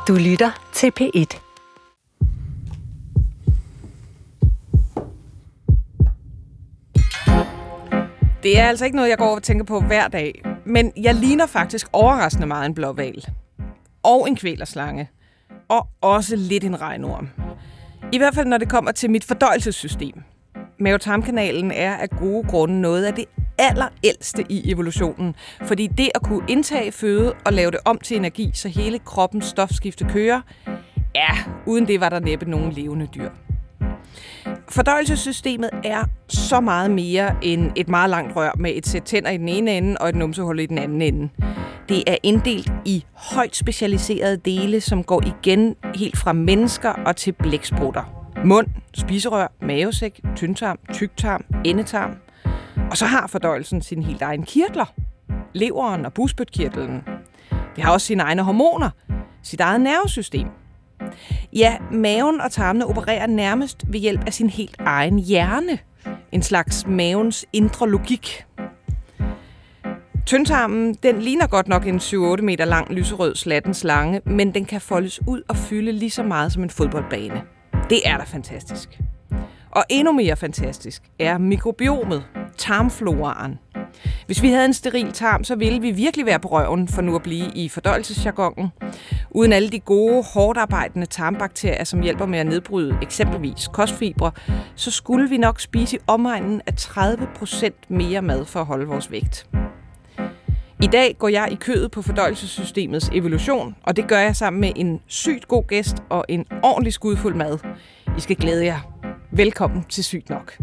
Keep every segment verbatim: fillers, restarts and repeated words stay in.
Du lytter til P et. Det er altså ikke noget, jeg går og tænker på hver dag, men jeg ligner faktisk overraskende meget en blåhval. Og en kvælerslange. Og også lidt en regnorm. I hvert fald, når det kommer til mit fordøjelsessystem. Mave-tarmkanalen er af gode grunde noget af det allerældste i evolutionen, fordi det at kunne indtage føde og lave det om til energi, så hele kroppens stofskifte kører, ja, uden det var der næppe nogen levende dyr. Fordøjelsessystemet er så meget mere end et meget langt rør med et sæt tænder i den ene ende og et numsehul i den anden ende. Det er inddelt i højt specialiserede dele, som går igen helt fra mennesker og til blæksprutter. Mund, spiserør, mavesæk, tyndtarm, tyktarm, endetarm. Og så har fordøjelsen sine helt egen kirtler. Leveren og bugspytkirtlen. Det har også sine egne hormoner. Sit eget nervesystem. Ja, maven og tarmene opererer nærmest ved hjælp af sin helt egen hjerne. En slags mavens indre logik. Tyndtarmen, den ligner godt nok en syv otte meter lang lyserød slatten slange, men den kan foldes ud og fylde lige så meget som en fodboldbane. Det er da fantastisk. Og endnu mere fantastisk er mikrobiomet, tarmfloraen. Hvis vi havde en steril tarm, så ville vi virkelig være på røven for nu at blive i fordøjelsesjargonen. Uden alle de gode, hårdt arbejdende tarmbakterier, som hjælper med at nedbryde eksempelvis kostfibre, så skulle vi nok spise i omegnen af tredive procent mere mad for at holde vores vægt. I dag går jeg i kødet på fordøjelsessystemets evolution, og det gør jeg sammen med en sygt god gæst og en ordentlig skudfuld mad. I skal glæde jer. Velkommen til Sygt Nok.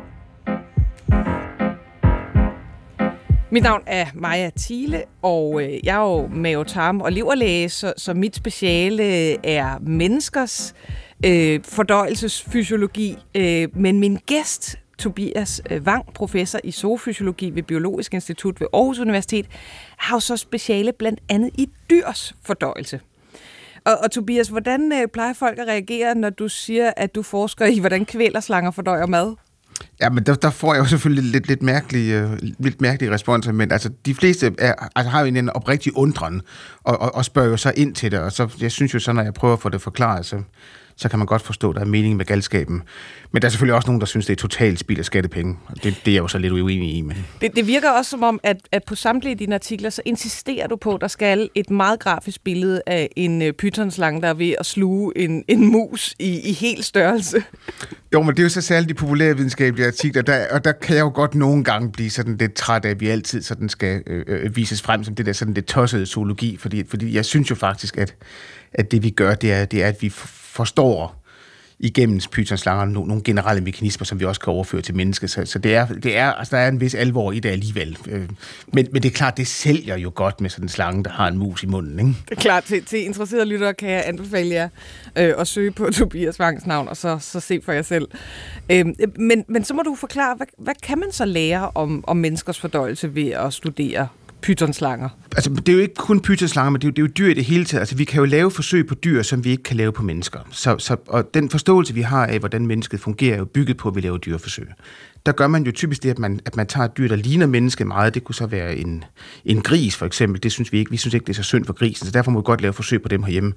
Mit navn er Maja Thiele, og jeg er jo mave-tarm- og leverlæge, så, så mit speciale er menneskers øh, fordøjelsesfysiologi. Øh, men min gæst, Tobias Wang, professor i zoofysiologi ved Biologisk Institut ved Aarhus Universitet, har jo så speciale blandt andet i dyrs fordøjelse. Og, og Tobias, hvordan øh, plejer folk at reagere, når du siger, at du forsker i, hvordan kvælerslanger fordøjer mad? Ja, men der, der får jeg jo selvfølgelig lidt, lidt, mærkelige, uh, lidt mærkelige responser, men altså, de fleste er, altså, har jo en oprigtig undren, og, og, og spørger jo så ind til det, og så, jeg synes jo så, når jeg prøver at få det forklaret, så, så kan man godt forstå, at der er mening med galskaben. Men der er selvfølgelig også nogen, der synes, det er totalt spild af skattepenge, og det, det er jeg jo så lidt uenig i. Men... Det, det virker også som om, at, at på samtlige af dine artikler, så insisterer du på, at der skal et meget grafisk billede af en uh, pythonslange, der er ved at sluge en, en mus i, i hel størrelse. Jo, men det er jo så særligt de populære videnskabelige artikler, der, og der kan jeg jo godt nogle gange blive sådan lidt træt af, at vi altid sådan skal øh, øh, vises frem som det der sådan lidt tossede zoologi, fordi, fordi jeg synes jo faktisk, at, at det vi gør, det er, det er, at vi forstår igennem pythonslangerne nogle, nogle generelle mekanismer, som vi også kan overføre til mennesket. Så, så det er, det er, altså, der er en vis alvor i det alligevel. Men, men det er klart, det sælger jo godt med sådan en slange, der har en mus i munden, ikke? Det er klart. Til, til interesserede lyttere kan jeg anbefale jer øh, at søge på Tobias Wangs navn, og så, så se for jer selv. Øh, men, men så må du forklare, hvad, hvad kan man så lære om, om menneskers fordøjelse ved at studere pythonslanger? Altså, det er jo ikke kun pythonslanger, men det er, jo, det er jo dyr i det hele taget. Altså, vi kan jo lave forsøg på dyr, som vi ikke kan lave på mennesker. Så, så, og den forståelse, vi har af, hvordan mennesket fungerer, er jo bygget på, at vi laver dyreforsøg. Der gør man jo typisk det, at man, at man tager et dyr, der ligner mennesket meget. Det kunne så være en, en gris, for eksempel. Det synes vi ikke. Vi synes ikke, det er så synd for grisen, så derfor må vi godt lave forsøg på dem herhjemme.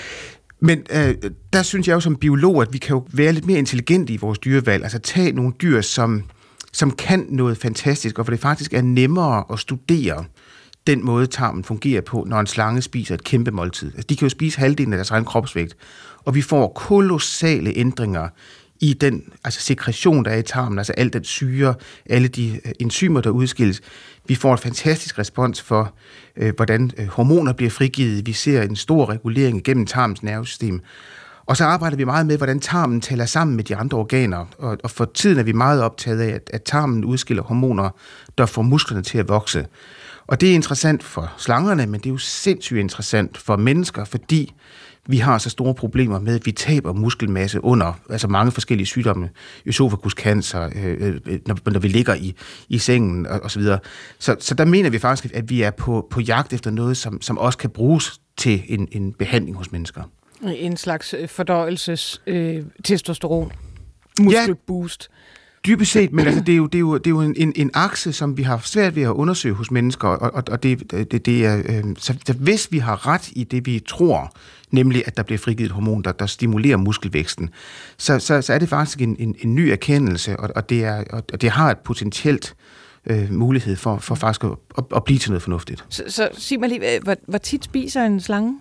Men øh, der synes jeg jo som biolog, at vi kan jo være lidt mere intelligente i vores dyrevalg. Altså tage nogle dyr, som... som kan noget fantastisk, og hvor det faktisk er nemmere at studere den måde, tarmen fungerer på, når en slange spiser et kæmpe måltid. Altså, de kan jo spise halvdelen af deres egen kropsvægt, og vi får kolossale ændringer i den altså sekretion, der er i tarmen, altså al den syre, alle de enzymer, der udskilles. Vi får en fantastisk respons for, øh, hvordan øh, hormoner bliver frigivet. Vi ser en stor regulering gennem tarmens nervesystem. Og så arbejder vi meget med, hvordan tarmen taler sammen med de andre organer. Og, og for tiden er vi meget optaget af, at, at tarmen udskiller hormoner, der får musklerne til at vokse. Og det er interessant for slangerne, men det er jo sindssygt interessant for mennesker, fordi vi har så store problemer med, at vi taber muskelmasse under altså mange forskellige sygdomme, øsofaguscancer, øh, øh, når, når vi ligger i, i sengen og, og så videre. Så, så der mener vi faktisk, at vi er på, på jagt efter noget, som, som også kan bruges til en, en behandling hos mennesker. En slags fordøjelses øh, testosteron muskelboost. Dybest set, men altså, det er jo, det er jo, det er jo en, en, en akse, som vi har svært ved at undersøge hos mennesker, og, og, og det, det, det er, øh, så, så hvis vi har ret i det, vi tror, nemlig at der bliver frigivet et hormon, der, der stimulerer muskelvæksten, så, så, så er det faktisk en, en, en ny erkendelse, og, og, det er, og det har et potentielt øh, mulighed for, for faktisk at, at, at blive til noget fornuftigt. Så, så sig mig lige, hvor, hvor tit spiser en slange?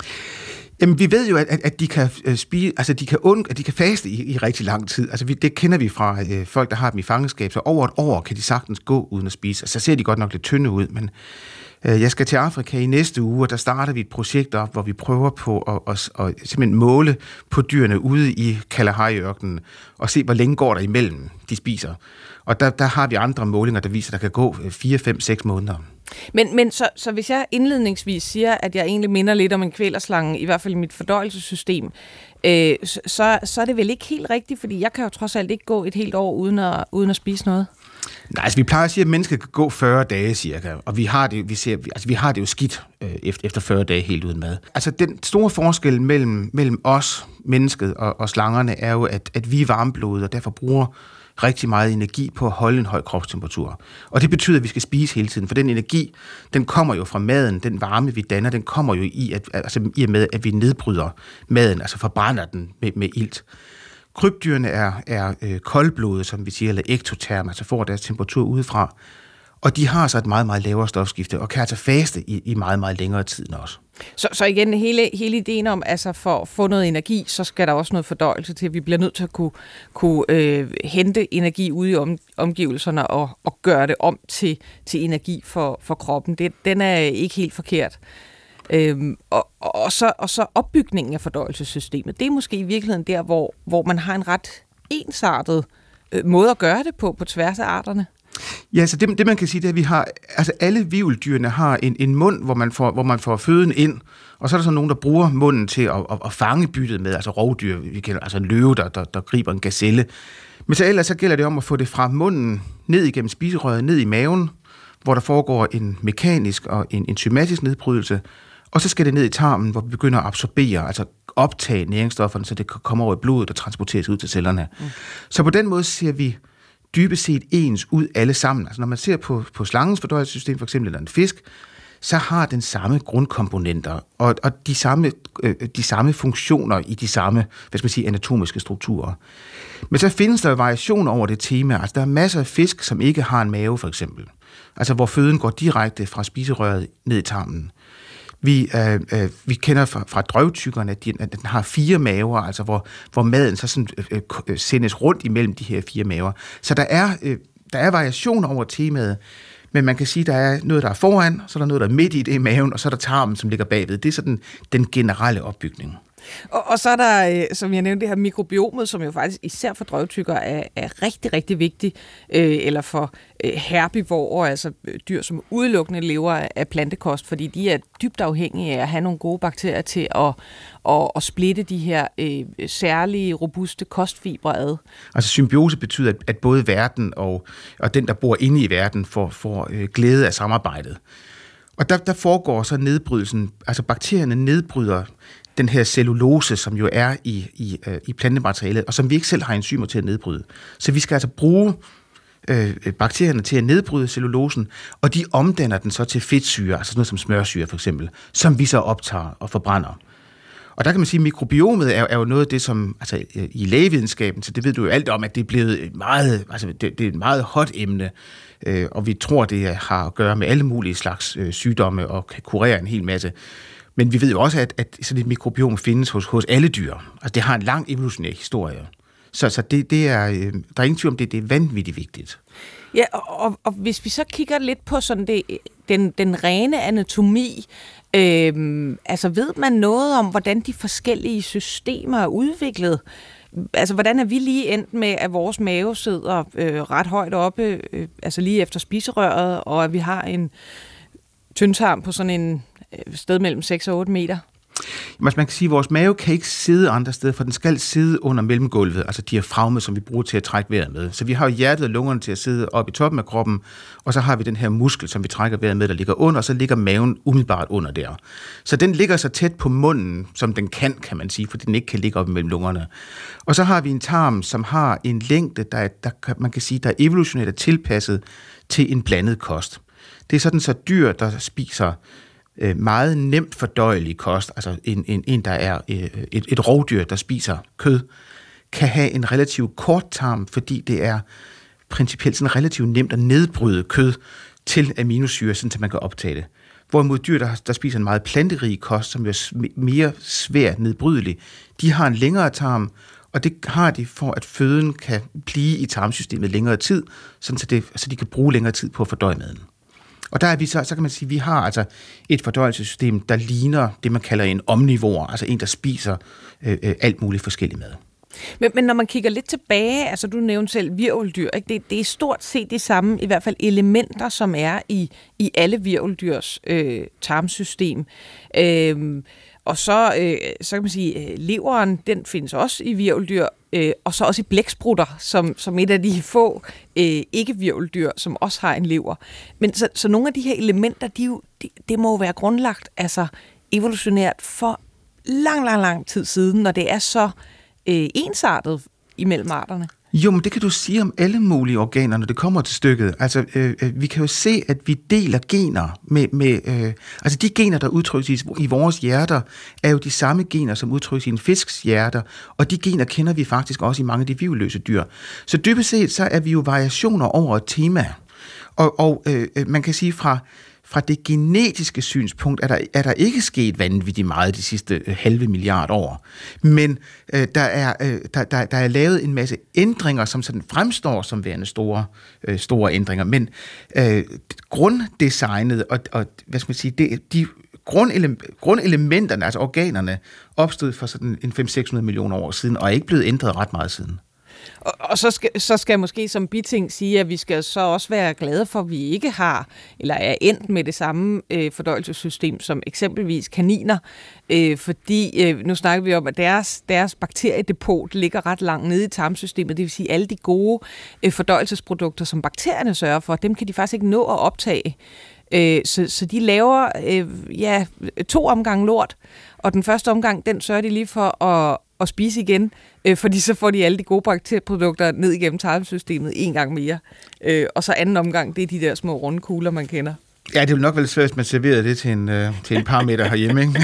Jamen, vi ved jo, at, at de kan spise, altså de kan und, at de kan faste i, i rigtig lang tid. Altså, vi, det kender vi fra øh, folk, der har dem i fangenskab, så over et år kan de sagtens gå uden at spise. Altså, så ser de godt nok lidt tynde ud, men øh, jeg skal til Afrika i næste uge, og der starter vi et projekt op, hvor vi prøver på at, at, at, at simpelthen måle på dyrene ude i Kalahari-ørkenen, og se, hvor længe går der imellem, de spiser. Og der, der har vi andre målinger, der viser, at der kan gå fire, fem, seks måneder. Men, men så, så hvis jeg indledningsvis siger, at jeg egentlig minder lidt om en kvælerslange, i hvert fald i mit fordøjelsessystem, øh, så, så er det vel ikke helt rigtigt, fordi jeg kan jo trods alt ikke gå et helt år uden at, uden at spise noget. Nej, altså vi plejer at sige, at mennesket kan gå fyrre dage cirka, og vi har det, vi ser, altså, vi har det jo skidt øh, efter, efter fyrre dage helt uden mad. Altså den store forskel mellem, mellem os, mennesket og, og slangerne, er jo, at, at vi er varmblodede, og derfor bruger rigtig meget energi på at holde en høj kropstemperatur. Og det betyder, at vi skal spise hele tiden, for den energi, den kommer jo fra maden, den varme, vi danner, den kommer jo i, at, altså, i og med, at vi nedbryder maden, altså forbrænder den med, med ilt. Krybdyrene er, er øh, koldblodede, som vi siger, eller ektoterme, altså får deres temperatur udefra, og de har så et meget, meget lavere stofskifte, og kan altså faste i, i meget, meget længere tid end os. Så, så igen, hele, hele ideen om, altså for at få noget energi, så skal der også noget fordøjelse til. Vi bliver nødt til at kunne, kunne øh, hente energi ude i om, omgivelserne og, og gøre det om til, til energi for, for kroppen. Det, den er ikke helt forkert. Øhm, og, og, så, og så opbygningen af fordøjelsessystemet, det er måske i virkeligheden der, hvor, hvor man har en ret ensartet øh, måde at gøre det på, på tværs af arterne. Ja, så det, det man kan sige, det er, at vi har, altså alle hvirveldyrene har en, en mund, hvor man, får, hvor man får føden ind, og så er der så nogen, der bruger munden til at, at, at fange byttet med, altså rovdyr, vi kender, altså en løve, der, der, der griber en gazelle. Men så ellers så gælder det om at få det fra munden, ned igennem spiserøret, ned i maven, hvor der foregår en mekanisk og en enzymatisk nedbrydelse, og så skal det ned i tarmen, hvor vi begynder at absorbere, altså optage næringsstofferne, så det kommer over i blodet og transporteres ud til cellerne. Mm. Så på den måde ser vi dybest set ens ud alle sammen. Altså når man ser på, på slangens fordøjelsessystem, for eksempel, eller en fisk, så har den samme grundkomponenter, og, og de, samme, øh, de samme funktioner i de samme, hvad skal man sige, anatomiske strukturer. Men så findes der variationer over det tema. Altså der er masser af fisk, som ikke har en mave, for eksempel. Altså hvor føden går direkte fra spiserøret ned i tarmen. Vi, øh, øh, vi kender fra, fra drøvtyggerne, at, de, at den har fire maver, altså hvor, hvor maden så sådan, øh, øh, sendes rundt imellem de her fire maver. Så der er, øh, der er variationer over temaet, men man kan sige, at der er noget, der er foran, så er der noget, der er midt i det i maven, og så er der tarmen, som ligger bagved. Det er sådan den generelle opbygning. Og, og så er der, som jeg nævnte, det her mikrobiomet, som jo faktisk især for drøvtyggere er, er rigtig, rigtig vigtigt, øh, eller for øh, herbivorer, altså dyr, som udelukkende lever af plantekost, fordi de er dybt afhængige af at have nogle gode bakterier til at, at, at splitte de her øh, særlige, robuste kostfibre ad. Altså symbiose betyder, at både verden og, og den, der bor inde i verden, får, får øh, glæde af samarbejdet. Og der, der foregår så nedbrydelsen, altså bakterierne nedbryder den her cellulose, som jo er i, i, øh, i plantematerialet, og som vi ikke selv har enzymer til at nedbryde. Så vi skal altså bruge øh, bakterierne til at nedbryde cellulosen, og de omdanner den så til fedtsyre, altså sådan noget som smørsyre for eksempel, som vi så optager og forbrænder. Og der kan man sige, at mikrobiomet er, er jo noget af det, som altså, i lægevidenskaben, så det ved du jo alt om, at det er blevet meget, altså det, det er et meget hot emne, øh, og vi tror, det har at gøre med alle mulige slags øh, sygdomme og kan kurere en hel masse. Men vi ved jo også, at, at sådan et mikrobiom findes hos, hos alle dyr. Altså det har en lang evolutionær historie. Så, så det, det er, øh, der er ingen tvivl om det, det er vanvittigt vigtigt. Ja, og, og, og hvis vi så kigger lidt på sådan det, den, den rene anatomi, øh, altså ved man noget om, hvordan de forskellige systemer er udviklet? Altså hvordan er vi lige endt med, at vores mave sidder øh, ret højt oppe, øh, altså lige efter spiserøret, og at vi har en tyndtarm på sådan en sted mellem seks og otte meter? Man kan sige, at vores mave kan ikke sidde andre steder, for den skal sidde under mellemgulvet, altså diafragmet, som vi bruger til at trække vejret med. Så vi har jo hjertet og lungerne til at sidde oppe i toppen af kroppen, og så har vi den her muskel, som vi trækker vejret med, der ligger under, og så ligger maven umiddelbart under der. Så den ligger så tæt på munden, som den kan, kan man sige, fordi den ikke kan ligge oppe mellem lungerne. Og så har vi en tarm, som har en længde, der, der man kan sige, der er evolutionært tilpasset til en blandet kost. Det er sådan så dyr, der spiser meget nemt fordøjelig kost, altså en, en, en der er et, et rovdyr, der spiser kød, kan have en relativt kort tarm, fordi det er principielt sådan relativt nemt at nedbryde kød til aminosyre, sådan at man kan optage det. Hvorimod dyr, der, der spiser en meget planterig kost, som er mere svært nedbrydelig, de har en længere tarm, og det har de for, at føden kan blive i tarmsystemet længere tid, sådan så, det, så de kan bruge længere tid på at fordøje maden. Og der er vi så, så kan man sige, at vi har altså et fordøjelsessystem, der ligner det, man kalder en omnivor, altså en, der spiser øh, øh, alt muligt forskelligt mad. Men, men når man kigger lidt tilbage, altså du nævnte selv hvirveldyr, ikke? Det, det er stort set de samme, i hvert fald elementer, som er i, i alle hvirveldyrs øh, tarmsystem. Øh, og så, øh, så kan man sige, at leveren, den findes også i hvirveldyr, øh, og så også i blæksprutter, som, som et af de få øh, ikke-hvirveldyr, som også har en lever. Men så, så nogle af de her elementer, de jo, de, det må jo være grundlagt altså evolutionært for lang, lang, lang tid siden, når det er så øh, ensartet imellem arterne. Jo, men det kan du sige om alle mulige organer, når det kommer til stykket. Altså, øh, vi kan jo se, at vi deler gener med... med øh, altså, de gener, der udtrykkes i, i vores hjerter, er jo de samme gener, som udtrykkes i en fisks hjerter, og de gener kender vi faktisk også i mange af de hvirvelløse dyr. Så dybest set, så er vi jo variationer over et tema. Og, og øh, man kan sige fra... Fra det genetiske synspunkt er der, er der ikke sket vanvittigt meget de sidste øh, halve milliard år. Men øh, der, er, øh, der, der, der er lavet en masse ændringer, som sådan fremstår som værende store, øh, store ændringer. Men øh, grunddesignet og, og hvad skal man sige, det, de grundele- grundelementerne, altså organerne, opstod for sådan en fem til seks hundrede millioner år siden, og er ikke blevet ændret ret meget siden. Og, og så, skal, så skal jeg måske som biting sige, at vi skal så også være glade for, at vi ikke har, eller er endt med det samme øh, fordøjelsessystem som eksempelvis kaniner, øh, fordi øh, nu snakker vi om, at deres, deres bakteriedepot ligger ret langt nede i tarmsystemet, det vil sige, at alle de gode øh, fordøjelsesprodukter, som bakterierne sørger for, dem kan de faktisk ikke nå at optage. Øh, så, så de laver øh, ja, to omgange lort, og den første omgang, den sørger de lige for at og spise igen, øh, fordi så får de alle de gode bakterieprodukter ned igennem tarmsystemet en gang mere. Øh, og så anden omgang, det er de der små runde kugler, man kender. Ja, det vil nok være lidt svært, hvis man serverede det til en, øh, til en par meter herhjemme, ikke?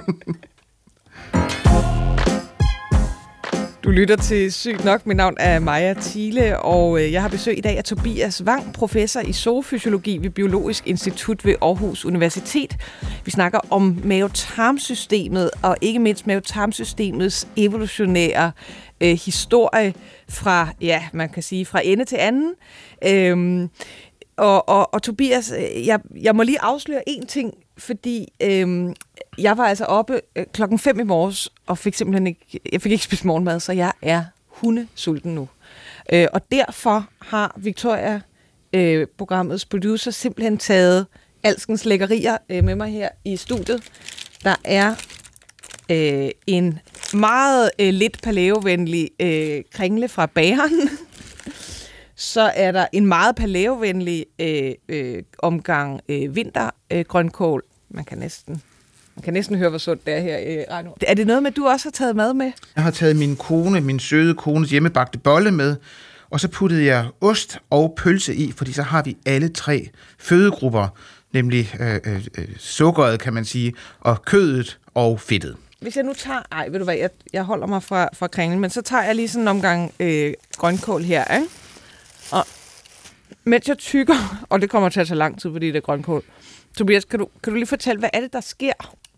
Du lytter til Sygt nok. Mit navn er Maja Thiele, og jeg har besøg i dag af Tobias Wang, professor i zoofysiologi ved Biologisk Institut ved Aarhus Universitet. Vi snakker om mavetarmsystemet, og ikke mindst mavetarmsystemets evolutionære øh, historie fra, ja, man kan sige, fra ende til anden. Øhm, og, og, og Tobias, jeg, jeg må lige afsløre en ting, fordi øhm, jeg var altså oppe øh, klokken fem i morges, og fik simpelthen ikke, jeg fik ikke spist morgenmad, så jeg er hundesulten nu. Øh, og derfor har Victoria, øh, programmets producer, simpelthen taget alskens lækkerier øh, med mig her i studiet. Der er øh, en meget øh, lidt palæovenlig øh, kringle fra bageren. Så er der en meget palæovenlig øh, øh, omgang øh, vintergrønkål. Øh, man kan næsten man kan næsten høre, hvor sundt det er her i øh, Radio. Er det noget med, at du også har taget mad med? Jeg har taget min kone, min søde kones hjemmebagte bolle med, og så puttede jeg ost og pølse i, fordi så har vi alle tre fødegrupper, nemlig øh, øh, sukkeret, kan man sige, og kødet og fedtet. Hvis jeg nu tager... Ej, ved du hvad, jeg, jeg holder mig fra, fra kringlen, men så tager jeg lige sådan en omgang øh, grønkål her, ikke? Og mens jeg tykker, og det kommer til at tage lang tid, fordi det er grønkål. Tobias, kan du, kan du lige fortælle, hvad er det, der sker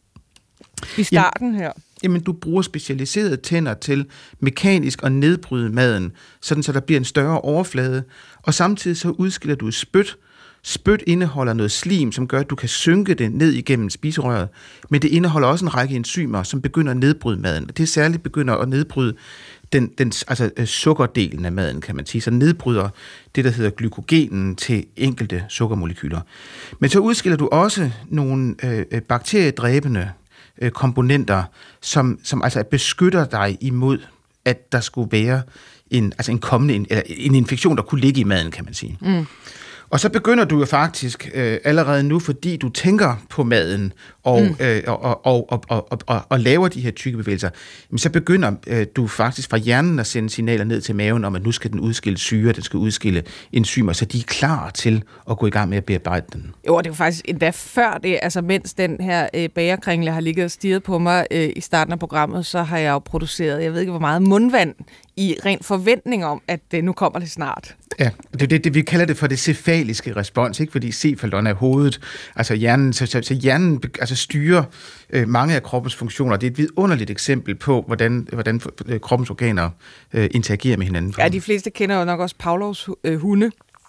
i starten jamen, her? Jamen, du bruger specialiserede tænder til mekanisk at nedbryde maden, sådan så der bliver en større overflade, og samtidig så udskiller du spyt. Spyt indeholder noget slim, som gør, at du kan synke det ned igennem spiserøret, men det indeholder også en række enzymer, som begynder at nedbryde maden. Det er særligt begynder at nedbryde den, den altså, sukkerdelen af maden, kan man sige, så nedbryder det, der hedder glykogenen til enkelte sukkermolekyler. Men så udskiller du også nogle øh, bakteriedræbende øh, komponenter, som, som altså beskytter dig imod, at der skulle være en, altså en kommende, en, eller en infektion, der kunne ligge i maden, kan man sige. Mm. Og så begynder du jo faktisk øh, allerede nu, fordi du tænker på maden og, mm. øh, og, og, og, og, og, og, og laver de her tykkebevægelser, jamen så begynder øh, du faktisk fra hjernen at sende signaler ned til maven om, at nu skal den udskille syre, den skal udskille enzymer, så de er klar til at gå i gang med at bearbejde den. Jo, det er jo faktisk endda før det, altså mens den her øh, bagerkringle har ligget og stirret på mig øh, i starten af programmet, så har jeg jo produceret, jeg ved ikke hvor meget mundvand, i ren forventning om, at øh, nu kommer det snart. Ja, det er det, det, vi kalder det for det cefaliske respons, ikke? Fordi cephalon er hovedet, altså hjernen, så, så, så hjernen altså styrer øh, mange af kroppens funktioner. Det er et vidunderligt eksempel på, hvordan, hvordan øh, kroppens organer øh, interagerer med hinanden. Ja, de fleste kender jo nok også Pavlovs øh, hunde.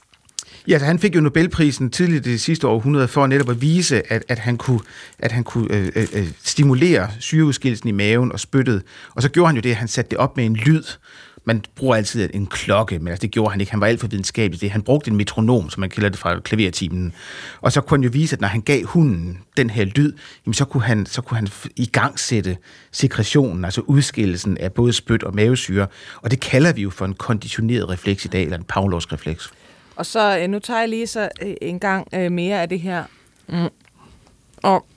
Ja, så han fik jo Nobelprisen tidligt det sidste århundrede for netop at vise, at, at han kunne, at han kunne øh, øh, stimulere syreudskillelsen i maven og spyttet. Og så gjorde han jo det, at han satte det op med en lyd. Man bruger altid en klokke, men altså det gjorde han ikke. Han var alt for videnskabelig. Det. Han brugte en metronom, som man kalder det fra klavertimen. Og så kunne han jo vise, at når han gav hunden den her lyd, jamen så kunne han, så kunne han i gang sætte sekretionen, altså udskillelsen af både spyt og mavesyre. Og det kalder vi jo for en konditioneret refleks i dag, eller en Pavlovsk refleks. Og så, nu tager jeg lige så en gang mere af det her. Mm. Og,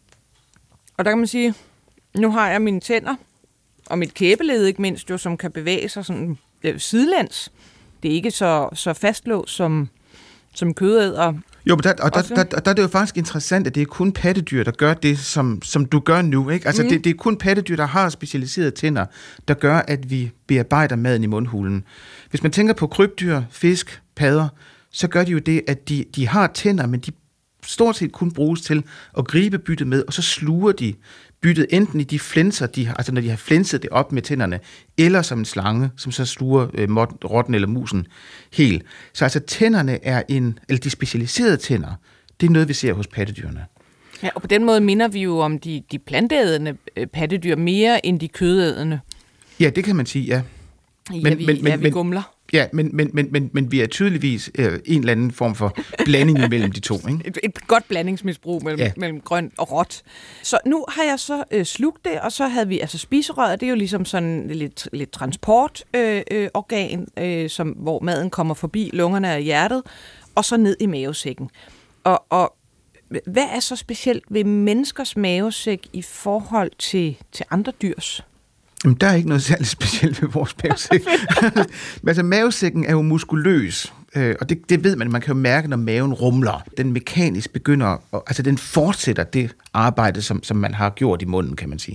og der kan man sige, nu har jeg mine tænder, og mit kæbeled ikke mindst jo, som kan bevæge sig sådan øh, sidelæns. Det er ikke så, så fastlåst som, som kødæder. Jo, men der, og der, der, der, der er det jo faktisk interessant, at det er kun pattedyr, der gør det, som, som du gør nu. Ikke? Altså, mm. det, det er kun pattedyr, der har specialiserede tænder, der gør, at vi bearbejder maden i mundhulen. Hvis man tænker på krybdyr, fisk, padder, så gør de jo det, at de, de har tænder, men de stort set kun bruges til at gribe byttet med, og så sluger de byttet enten i de flænser, de har, altså når de har flænset det op med tænderne, eller som en slange, som så sluger øh, rotten eller musen helt. Så altså tænderne er en, eller de specialiserede tænder, det er noget, vi ser hos pattedyrene. Ja, og på den måde minder vi jo om de, de planteædende pattedyr mere end de kødædende. Ja, det kan man sige, ja. Ja, men, vi, men, ja, vi men, gumler. Ja, men, men, men, men, men vi er tydeligvis øh, en eller anden form for blanding mellem de to. Ikke? Et, et godt blandingsmisbrug mellem, ja. mellem grønt og råt. Så nu har jeg så øh, slugt det, og så havde vi altså spiserøret. Det er jo ligesom sådan lidt, lidt transportorgan, øh, øh, som hvor maden kommer forbi lungerne og hjertet, og så ned i mavesækken. Og, og hvad er så specielt ved menneskers mavesæk i forhold til, til andre dyrs? Jamen, der er ikke noget særligt specielt ved vores mavesæk. Men altså, mavesækken er jo muskuløs, øh, og det, det ved man. Man kan jo mærke, når maven rumler. Den mekanisk begynder, og, altså den fortsætter det arbejde, som, som man har gjort i munden, kan man sige.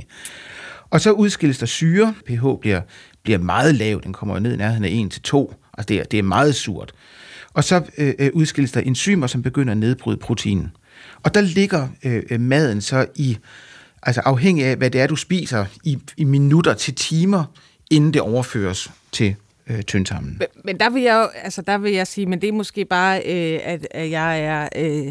Og så udskilles der syre. pH bliver, bliver meget lav. Den kommer jo ned i nærheden af en til to. Altså, det er, det er meget surt. Og så øh, udskilles der enzymer, som begynder at nedbryde protein. Og der ligger øh, maden så i... Altså afhængig af, hvad det er, du spiser, i, i minutter til timer, inden det overføres til øh, tyndtarmen. Men, men der vil jeg jo, altså der vil jeg sige, men det er måske bare, øh, at, at jeg er øh,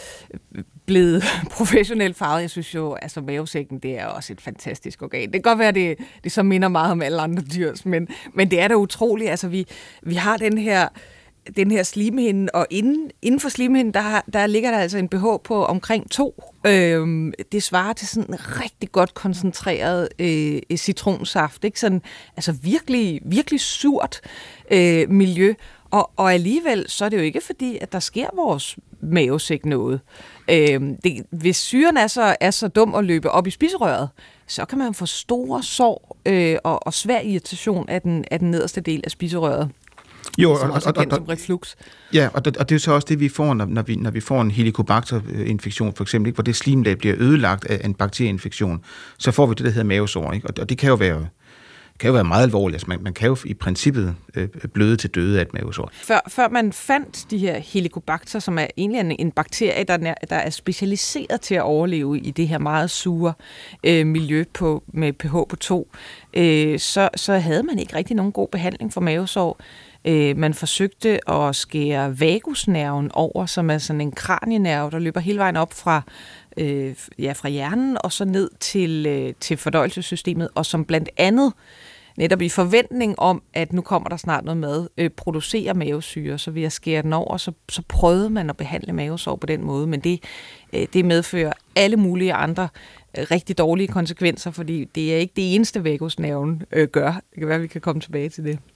blevet professionelt farvet. Jeg synes jo, altså mavesækken, det er også et fantastisk organ. Det kan godt være, det, det så minder meget om alle andre dyrs, men, men det er da utroligt. Altså vi, vi har den her... den her slimhinde, og inden, inden for slimhinden, der, der ligger der altså en pH på omkring to. Øhm, det svarer til sådan en rigtig godt koncentreret øh, citronsaft, ikke? Sådan, altså virkelig, virkelig surt øh, miljø, og, og alligevel, så er det jo ikke fordi, at der sker vores mavesæk noget. Øhm, det, hvis syren er så, er så dum at løbe op i spiserøret, så kan man få store sår øh, og, og svær irritation af den, af den nederste del af spiserøret. Jo, og, som også er kendt og, som reflux. Ja, og, og det er jo så også det, vi får, når, når, vi, når vi får en helicobacter-infektion, for eksempel, ikke, hvor det slimlag bliver ødelagt af en bakterieinfektion, så får vi det, der hedder mavesår. Ikke? Og, og det kan jo være, kan jo være meget alvorligt. Altså, man, man kan jo i princippet øh, bløde til døde af et mavesår. Før, før man fandt de her helicobacter, som er egentlig en, en bakterie, der er, der er specialiseret til at overleve i det her meget sure øh, miljø på, med pH på to, øh, så, så havde man ikke rigtig nogen god behandling for mavesår. Øh, man forsøgte at skære vagusnerven over, som er sådan en kranienerve, der løber hele vejen op fra, øh, ja, fra hjernen og så ned til, øh, til fordøjelsessystemet, og som blandt andet, netop i forventning om, at nu kommer der snart noget mad, øh, producerer mavesyre, så ved at skære den over, så, så prøvede man at behandle mavesår på den måde, men det, øh, det medfører alle mulige andre rigtig dårlige konsekvenser, fordi det er ikke det eneste, vagusnerven øh, gør. Det kan være, at vi kan komme tilbage til det.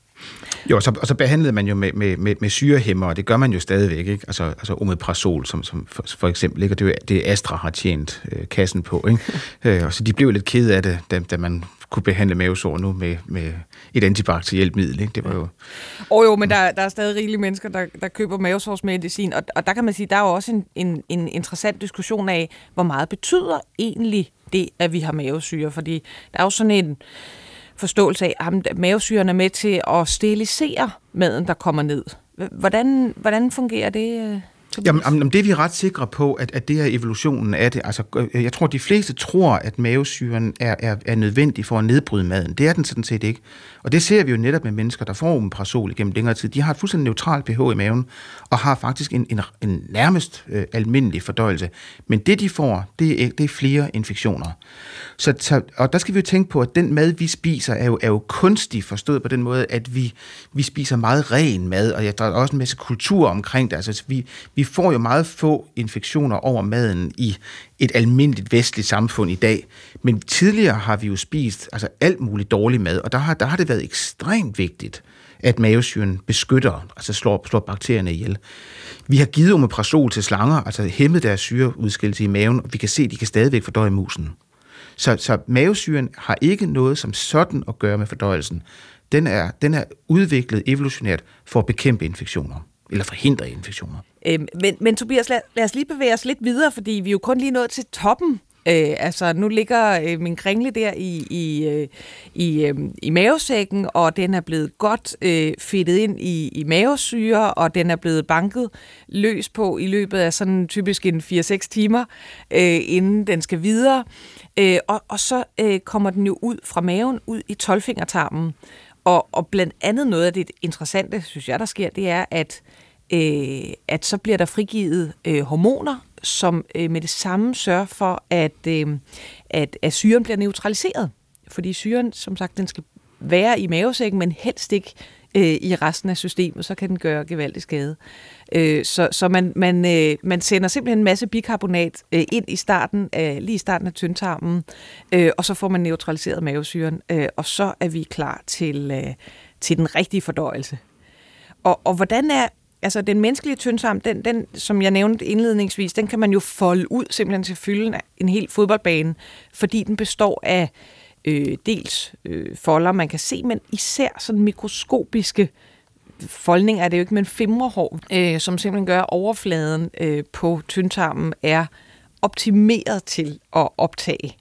Jo, så, og så behandlede man jo med, med, med, med syrehæmmer, og det gør man jo stadigvæk, ikke? Altså, altså omeprazol, som, som for, for eksempel, ikke? Og det er det Astra har tjent øh, kassen på, ikke? øh, og så de blev lidt kede af det, da, da man kunne behandle mavesår nu med, med et antibakterielt middel, ikke? Det var jo... Åh oh, jo, men der, der er stadig rigelige mennesker, der, der køber mavesårsmedicin, og, og der kan man sige, der er jo også en, en, en interessant diskussion af, hvor meget betyder egentlig det, at vi har mavesyre, fordi der er jo sådan en forståelse af, at mavesyren er med til at sterilisere maden, der kommer ned. Hvordan, hvordan fungerer det? Jamen, jamen, det er vi ret sikre på, at, at det er evolutionen af det. Altså, jeg tror, de fleste tror, at mavesyren er, er, er nødvendig for at nedbryde maden. Det er den sådan set ikke. Og det ser vi jo netop med mennesker, der får omeprazol igennem længere tid. De har et fuldstændig neutralt pH i maven, og har faktisk en, en, en nærmest øh, almindelig fordøjelse. Men det, de får, det er, det er flere infektioner. Så, så, og der skal vi jo tænke på, at den mad, vi spiser, er jo, er jo kunstig forstået på den måde, at vi, vi spiser meget ren mad, og ja, der er også en masse kultur omkring det. Altså, vi, vi får jo meget få infektioner over maden i et almindeligt vestligt samfund i dag. Men tidligere har vi jo spist altså, alt muligt dårlig mad, og der har, der har det været ekstremt vigtigt, at mavesyren beskytter, altså slår, slår bakterierne ihjel. Vi har givet omeprazol til slanger, altså hæmmet deres syreudskillelse i maven, og vi kan se, at de kan stadigvæk fordøje musen. Så, så mavesyren har ikke noget som sådan at gøre med fordøjelsen. Den er, den er udviklet evolutionært for at bekæmpe infektioner, eller forhindre infektioner. Øhm, men, men Tobias, lad, lad os lige bevæge os lidt videre, fordi vi er jo kun lige nået til toppen. Øh, altså, nu ligger øh, min kringle der i, i, øh, i, øh, i mavesækken, og den er blevet godt øh, fedtet ind i, i mavesyre, og den er blevet banket løs på i løbet af sådan typisk en fire seks timer, øh, inden den skal videre. Øh, og, og så øh, kommer den jo ud fra maven, ud i tolvfingertarmen. Og, og blandt andet noget af det interessante, synes jeg, der sker, det er, at, øh, at så bliver der frigivet øh, hormoner, som øh, med det samme sørger for, at, øh, at, at syren bliver neutraliseret. Fordi syren, som sagt, den skal være i mavesækken, men helst ikke øh, i resten af systemet, så kan den gøre gevaldig skade. Øh, så så man, man, øh, man sender simpelthen en masse bikarbonat øh, ind i starten, af, lige i starten af tyndtarmen, øh, og så får man neutraliseret mavesyren, øh, og så er vi klar til, øh, til den rigtige fordøjelse. Og, og hvordan er Altså, den menneskelige tyndtarm, den, den, som jeg nævnte indledningsvis, den kan man jo folde ud simpelthen til fylden af en hel fodboldbane, fordi den består af øh, dels øh, folder, man kan se, men især sådan mikroskopiske foldninger er det jo ikke, men fimrehår, øh, som simpelthen gør, at overfladen øh, på tyndtarmen er optimeret til at optage.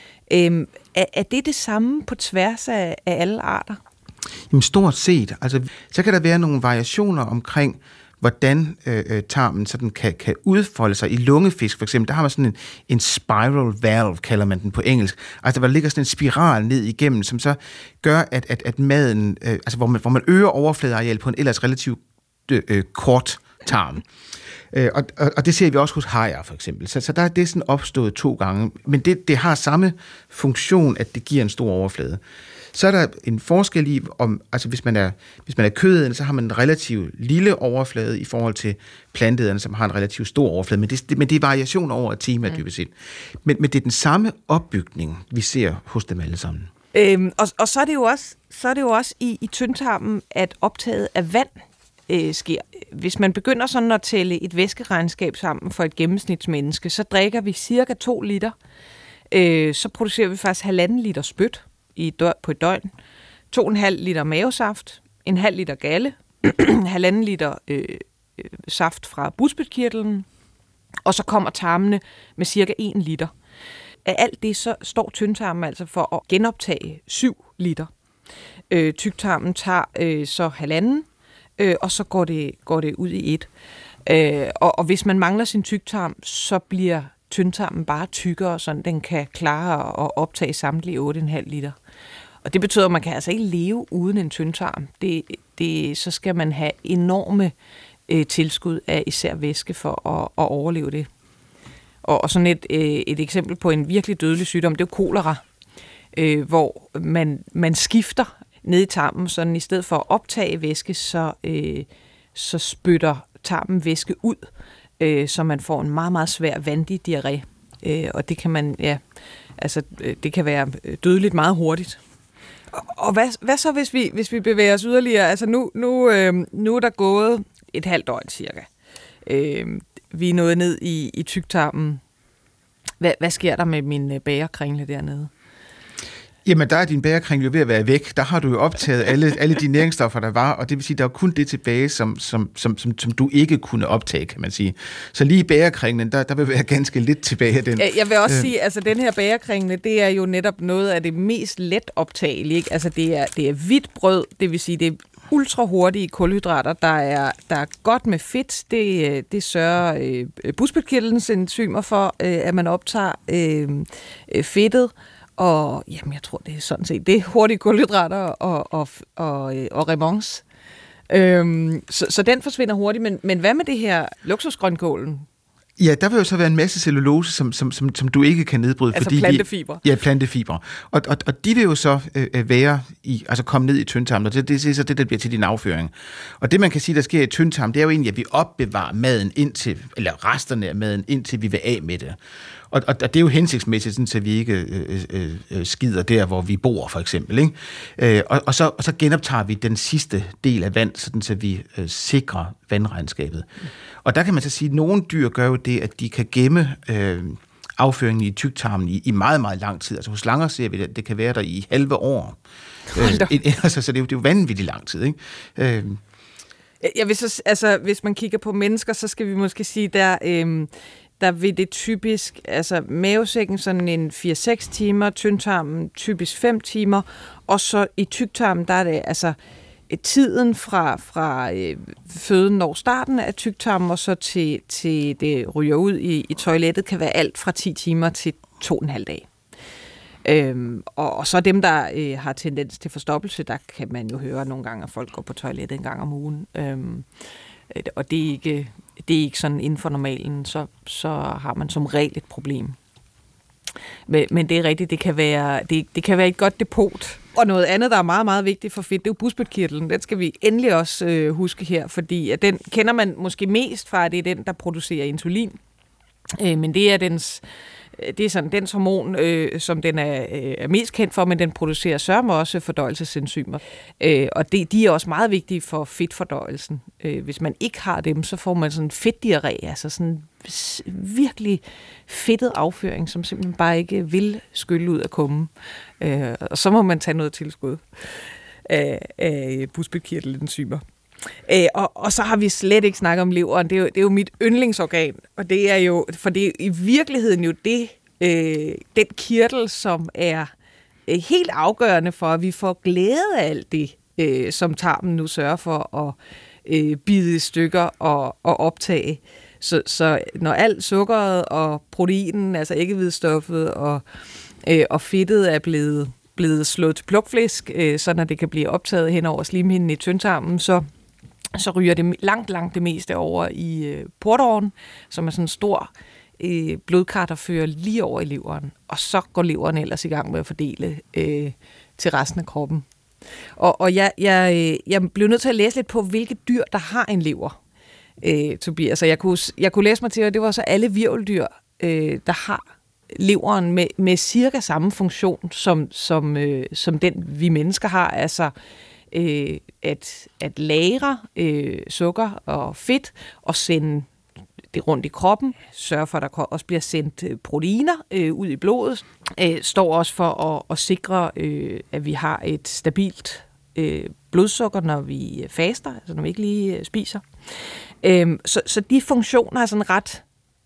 Øh, er, er det det samme på tværs af, af alle arter? Jamen stort set. Altså, så kan der være nogle variationer omkring, hvordan øh, tarmen sådan kan, kan udfolde sig. I lungefisk for eksempel, der har man sådan en, en spiral valve, kalder man den på engelsk. Altså, der ligger sådan en spiral ned igennem, som så gør, at, at, at maden, øh, altså hvor man, hvor man øger overfladeareal på en ellers relativt øh, kort tarm. Øh, og, og, og det ser vi også hos hajer, for eksempel. Så, så der er det sådan opstået to gange. Men det, det har samme funktion, at det giver en stor overflade. Så er der en forskel i, om, altså hvis man er, hvis man er kødædende, så har man en relativt lille overflade i forhold til planteædende, som har en relativt stor overflade. Men det, men det er variation over et tema, mm. dybest set. Men, men det er den samme opbygning, vi ser hos dem alle sammen. Øhm, og, og så er det jo også, så er det jo også i, i tyndtarmen, at optaget af vand øh, sker. Hvis man begynder sådan at tælle et væskeregnskab sammen for et gennemsnitsmenneske, så drikker vi cirka to liter. Øh, så producerer vi faktisk halvanden liter spyt i dø- på et døgn, to og en halv liter mavesaft, en halv liter galle, halvanden liter øh, øh, saft fra bugspytkirtlen, og så kommer tarmene med cirka en liter. Af alt det, så står tyndtarmen altså for at genoptage syv liter. Øh, tyktarmen tager øh, så halvanden, øh, og så går det, går det ud i et. Øh, og, og hvis man mangler sin tyktarm, så bliver tyndtarmen bare tykkere, så den kan klare at optage samtlige otte komma fem liter. Og det betyder, at man kan altså ikke leve uden en tyndtarm. Det, det, så skal man have enorme øh, tilskud af især væske for at, at overleve det. Og, og sådan et, øh, et eksempel på en virkelig dødelig sygdom, det er jo kolera, øh, hvor man, man skifter ned i tarmen, så i stedet for at optage væske, så, øh, så spytter tarmen væske ud, øh, så man får en meget, meget svær vandig diarré. Øh, og det kan man, ja, altså det kan være dødeligt meget hurtigt. Og, og hvad, hvad så, hvis vi, hvis vi bevæger os yderligere? Altså nu, nu, øh, nu er der gået et halvt døgn cirka. Øh, vi er nået ned i, i tyktarmen. Hvad, hvad sker der med min bægerkringle dernede? Jamen, der er din bægerkringle jo ved at være væk. Der har du jo optaget alle, alle de næringsstoffer, der var, og det vil sige, der er kun det tilbage, som, som, som, som, som du ikke kunne optage, kan man sige. Så lige i bægerkringlen, der, der vil være ganske lidt tilbage af den. Jeg vil også øh. sige, altså den her bægerkringle, det er jo netop noget af det mest let optagelige, ikke? Altså det er, det er hvidt brød, det vil sige, det er ultra hurtige kulhydrater, der er, der er godt med fedt. Det, det sørger øh, bugspytkirtlens enzymer for, øh, at man optager øh, fedtet. Og jamen, jeg tror, det er sådan set, det er hurtige kulhydrater og, og, og, og remonce. Øhm, så, så den forsvinder hurtigt, men, men hvad med det her luksusgrønkålen? Ja, der vil jo så være en masse cellulose, som, som, som, som du ikke kan nedbryde. Altså fordi plantefiber. De, ja, plantefiber. Og, og, og de vil jo så øh, være i, altså komme ned i tyndtarmen, og det, det er så det, der bliver til din afføring. Og det, man kan sige, der sker i tyndtarmen, det er jo egentlig, at vi opbevarer maden indtil, eller resterne af maden, indtil vi vil af med det. Og, og, og det er jo hensigtsmæssigt, sådan, så vi ikke øh, øh, øh, skider der, hvor vi bor, for eksempel. Ikke? Øh, og, og, så, og så genoptager vi den sidste del af vand, sådan, så vi øh, sikrer vandregnskabet. Mm. Og der kan man så sige, at nogle dyr gør jo det, at de kan gemme øh, afføringen i tyktarmen i, i meget, meget lang tid. Altså hos slanger ser vi, at det kan være der i halve år. Øh, altså, så det er, jo, det er jo vanvittigt lang tid. Ikke? Øh, Jeg vil så, altså, hvis man kigger på mennesker, så skal vi måske sige, der... Øh, der vil det typisk, altså mavesækken sådan en fire til seks timer, tyndtarmen typisk fem timer, og så i tyktarmen, der er det altså tiden fra, fra øh, føden når starten af tyktarmen, og så til, til det ryger ud i, i toilettet, kan være alt fra ti timer til to og en halv dag. Øhm, og, og så dem, der øh, har tendens til forstoppelse, der kan man jo høre nogle gange, at folk går på toilettet en gang om ugen. Øhm, og det er ikke... det er ikke sådan inden for normalen, så, så har man som regel et problem. Men, men det er rigtigt, det kan være, det, det kan være et godt depot. Og noget andet, der er meget, meget vigtigt for fedt, det er jo bugspytkirtlen. Den skal vi endelig også øh, huske her, fordi at den kender man måske mest fra, at det er den, der producerer insulin. Øh, men det er dens... Det er sådan dens hormon, øh, som den er, øh, er mest kendt for, men den producerer sørme også fordøjelsesenzymer. Øh, og det, de er også meget vigtige for fedtfordøjelsen. Øh, hvis man ikke har dem, så får man sådan fedtdiarré, altså sådan virkelig fedtet afføring, som simpelthen bare ikke vil skylle ud af kummen. Øh, og så må man tage noget tilskud af, af bugspytkirtelenzymer. Øh, og, og så har vi slet ikke snakket om leveren. Det er jo, det er jo mit yndlingsorgan, og det er jo, for det er i virkeligheden jo det, øh, den kirtel, som er øh, helt afgørende for, at vi får glæde af alt det, øh, som tarmen nu sørger for at øh, bide i stykker og, og optage. Så, så når alt sukkeret og proteinen, altså æggehvidstoffet og, øh, og fedtet er blevet, blevet slået til plukflæsk, øh, så når det kan blive optaget hen over slimhinden i tyndtarmen, så så ryger det langt, langt det meste over i øh, portåren, som er sådan en stor øh, blodkar, der fører lige over i leveren. Og så går leveren ellers i gang med at fordele øh, til resten af kroppen. Og, og jeg, jeg, jeg blev nødt til at læse lidt på, hvilke dyr, der har en lever, øh, Tobias. Så jeg kunne, jeg kunne læse mig til, at det var så alle hvirveldyr, øh, der har leveren med, med cirka samme funktion, som, som, øh, som den, vi mennesker har. Altså øh, at, at lagre øh, sukker og fedt og sende det rundt i kroppen, sørge for, at der også bliver sendt proteiner øh, ud i blodet, øh, står også for at, at sikre, øh, at vi har et stabilt øh, blodsukker, når vi faster, altså når vi ikke lige øh, spiser. Øh, så, så de funktioner er sådan ret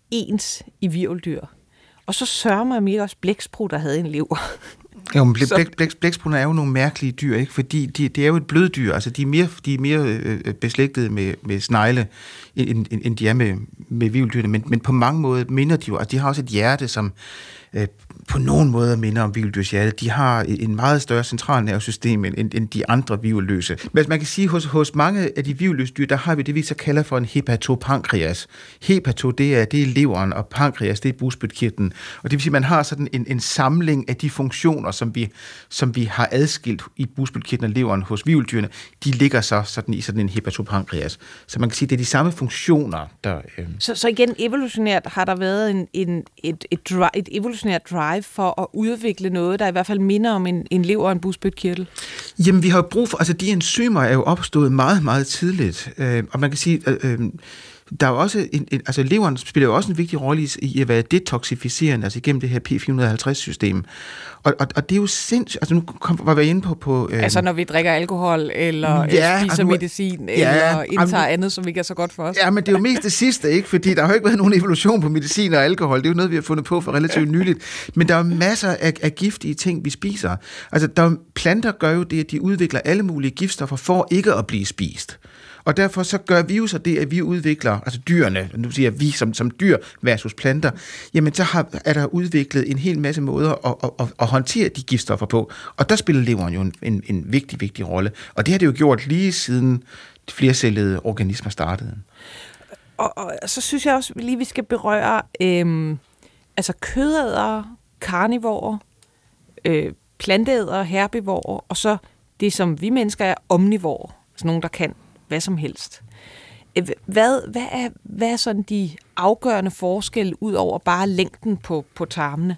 ens i hvirveldyr. Og så sørger man mig også blæksprutter havde en lever. Jo, men blæk, blæk, blæksprutter er jo nogle mærkelige dyr, ikke? Fordi de, de er jo et bløddyr, altså de er mere, de er mere øh, beslægtede med, med snegle, end, end de er med, med hvirveldyrene, men, men på mange måder minder de jo, altså de har også et hjerte, som øh, på nogen måde minder om hvirveldyrs. De har en meget større centralnervesystem end, end de andre hvirvelløse. Men man kan sige, hos, hos mange af de hvirvelløse dyr, der har vi det, vi så kalder for en hepatopankreas. Hepato, det er, det er leveren, og pankreas, det er bugspytkirtlen. Og det vil sige, at man har sådan en, en samling af de funktioner, som vi, som vi har adskilt i bugspytkirtlen og leveren hos hvirveldyrene, de ligger så sådan i sådan en hepatopankreas. Så man kan sige, at det er de samme funktioner, der... Øh... Så, så igen, evolutionært har der været en, en, et, et, drive, et evolutionært drive for at udvikle noget, der i hvert fald minder om en, en lever og en bugspytkirtel? Jamen, vi har jo brug for... Altså, de enzymer er jo opstået meget, meget tidligt. Øh, og man kan sige... Øh, øh, Der er jo også en, en, altså leveren spiller jo også en vigtig rolle i, i at være detoxificerende, altså igennem det her P fire hundrede og halvtreds-system. Og, og, og det er jo sindssygt, altså nu kom, var vi inde på... på øhm, altså når vi drikker alkohol, eller ja, spiser altså, medicin, ja, eller indtager altså, andet, som ikke er så godt for os. Ja, men det er jo mest det sidste, ikke? Fordi der har jo ikke været nogen evolution på medicin og alkohol. Det er jo noget, vi har fundet på for relativt nyligt. Men der er masser af, af giftige ting, vi spiser. Altså der, planter gør jo det, at de udvikler alle mulige giftstoffer for ikke at blive spist. Og derfor så gør vi jo så det, at vi udvikler, altså dyrene, nu siger jeg vi som, som dyr versus planter, jamen så har, er der udviklet en hel masse måder at, at, at, at håndtere de giftstoffer på. Og der spiller leveren jo en, en, en vigtig, vigtig rolle. Og det har det jo gjort lige siden flercellede organismer startede. Og, og så synes jeg også lige, vi skal berøre øhm, altså kødædere, karnivorer, øh, planteædere, herbivorer, og så det, som vi mennesker er omnivorer, altså nogen, der kan hvad som helst. Hvad, hvad, er, hvad er sådan de afgørende forskelle ud over bare længden på, på tarmene?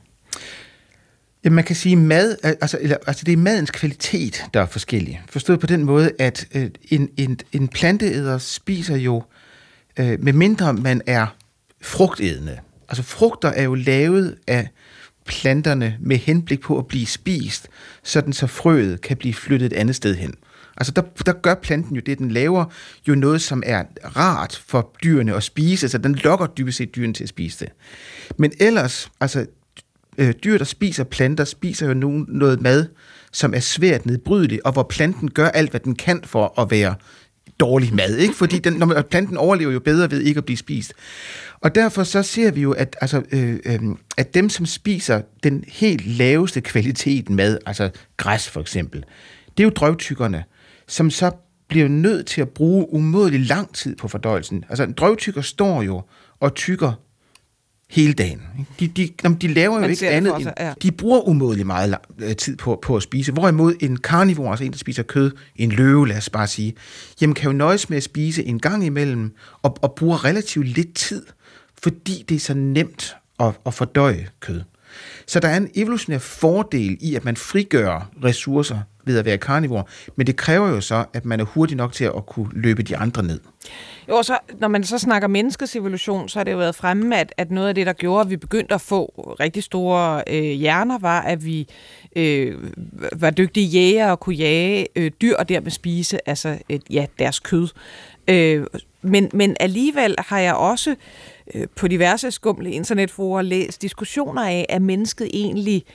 Ja, man kan sige, mad, altså, eller, altså det er madens kvalitet, der er forskellig. Forstået på den måde, at øh, en, en, en planteæder spiser jo, øh, medmindre man er frugtædende. Altså frugter er jo lavet af planterne med henblik på at blive spist, sådan så frøet kan blive flyttet et andet sted hen. Altså der, der gør planten jo det, den laver jo noget, som er rart for dyrene at spise, så den lokker dybest set dyrene til at spise det. Men ellers, altså øh, dyr, der spiser planter, spiser jo nogen, noget mad, som er svært nedbrydeligt, og hvor planten gør alt, hvad den kan for at være dårlig mad, ikke? Fordi den, når man, planten overlever jo bedre ved ikke at blive spist. Og derfor så ser vi jo, at, altså, øh, øh, at dem, som spiser den helt laveste kvalitet mad, altså græs for eksempel, det er jo drøvtyggerne, som så bliver nødt til at bruge umådelig lang tid på fordøjelsen. Altså en drøvtykker står jo og tykker hele dagen. De, de, de laver jo Man ikke andet end... Ja. De bruger umådelig meget lang, tid på, på at spise. Hvorimod en karnivor, altså en, der spiser kød, en løve, lad os bare sige, jamen kan jo nøjes med at spise en gang imellem og, og bruger relativt lidt tid, fordi det er så nemt at, at fordøje kød. Så der er en evolutionær fordel i, at man frigør ressourcer ved at være karnivor, men det kræver jo så, at man er hurtig nok til at kunne løbe de andre ned. Jo, så når man så snakker menneskets evolution, så har det jo været fremme, at, at noget af det, der gjorde, at vi begyndte at få rigtig store øh, hjerner, var, at vi øh, var dygtige jæger og kunne jage øh, dyr og dermed spise altså, et, ja, deres kød. Øh, men, men alligevel har jeg også øh, på diverse skumle internetforer læst diskussioner af, at mennesket egentlig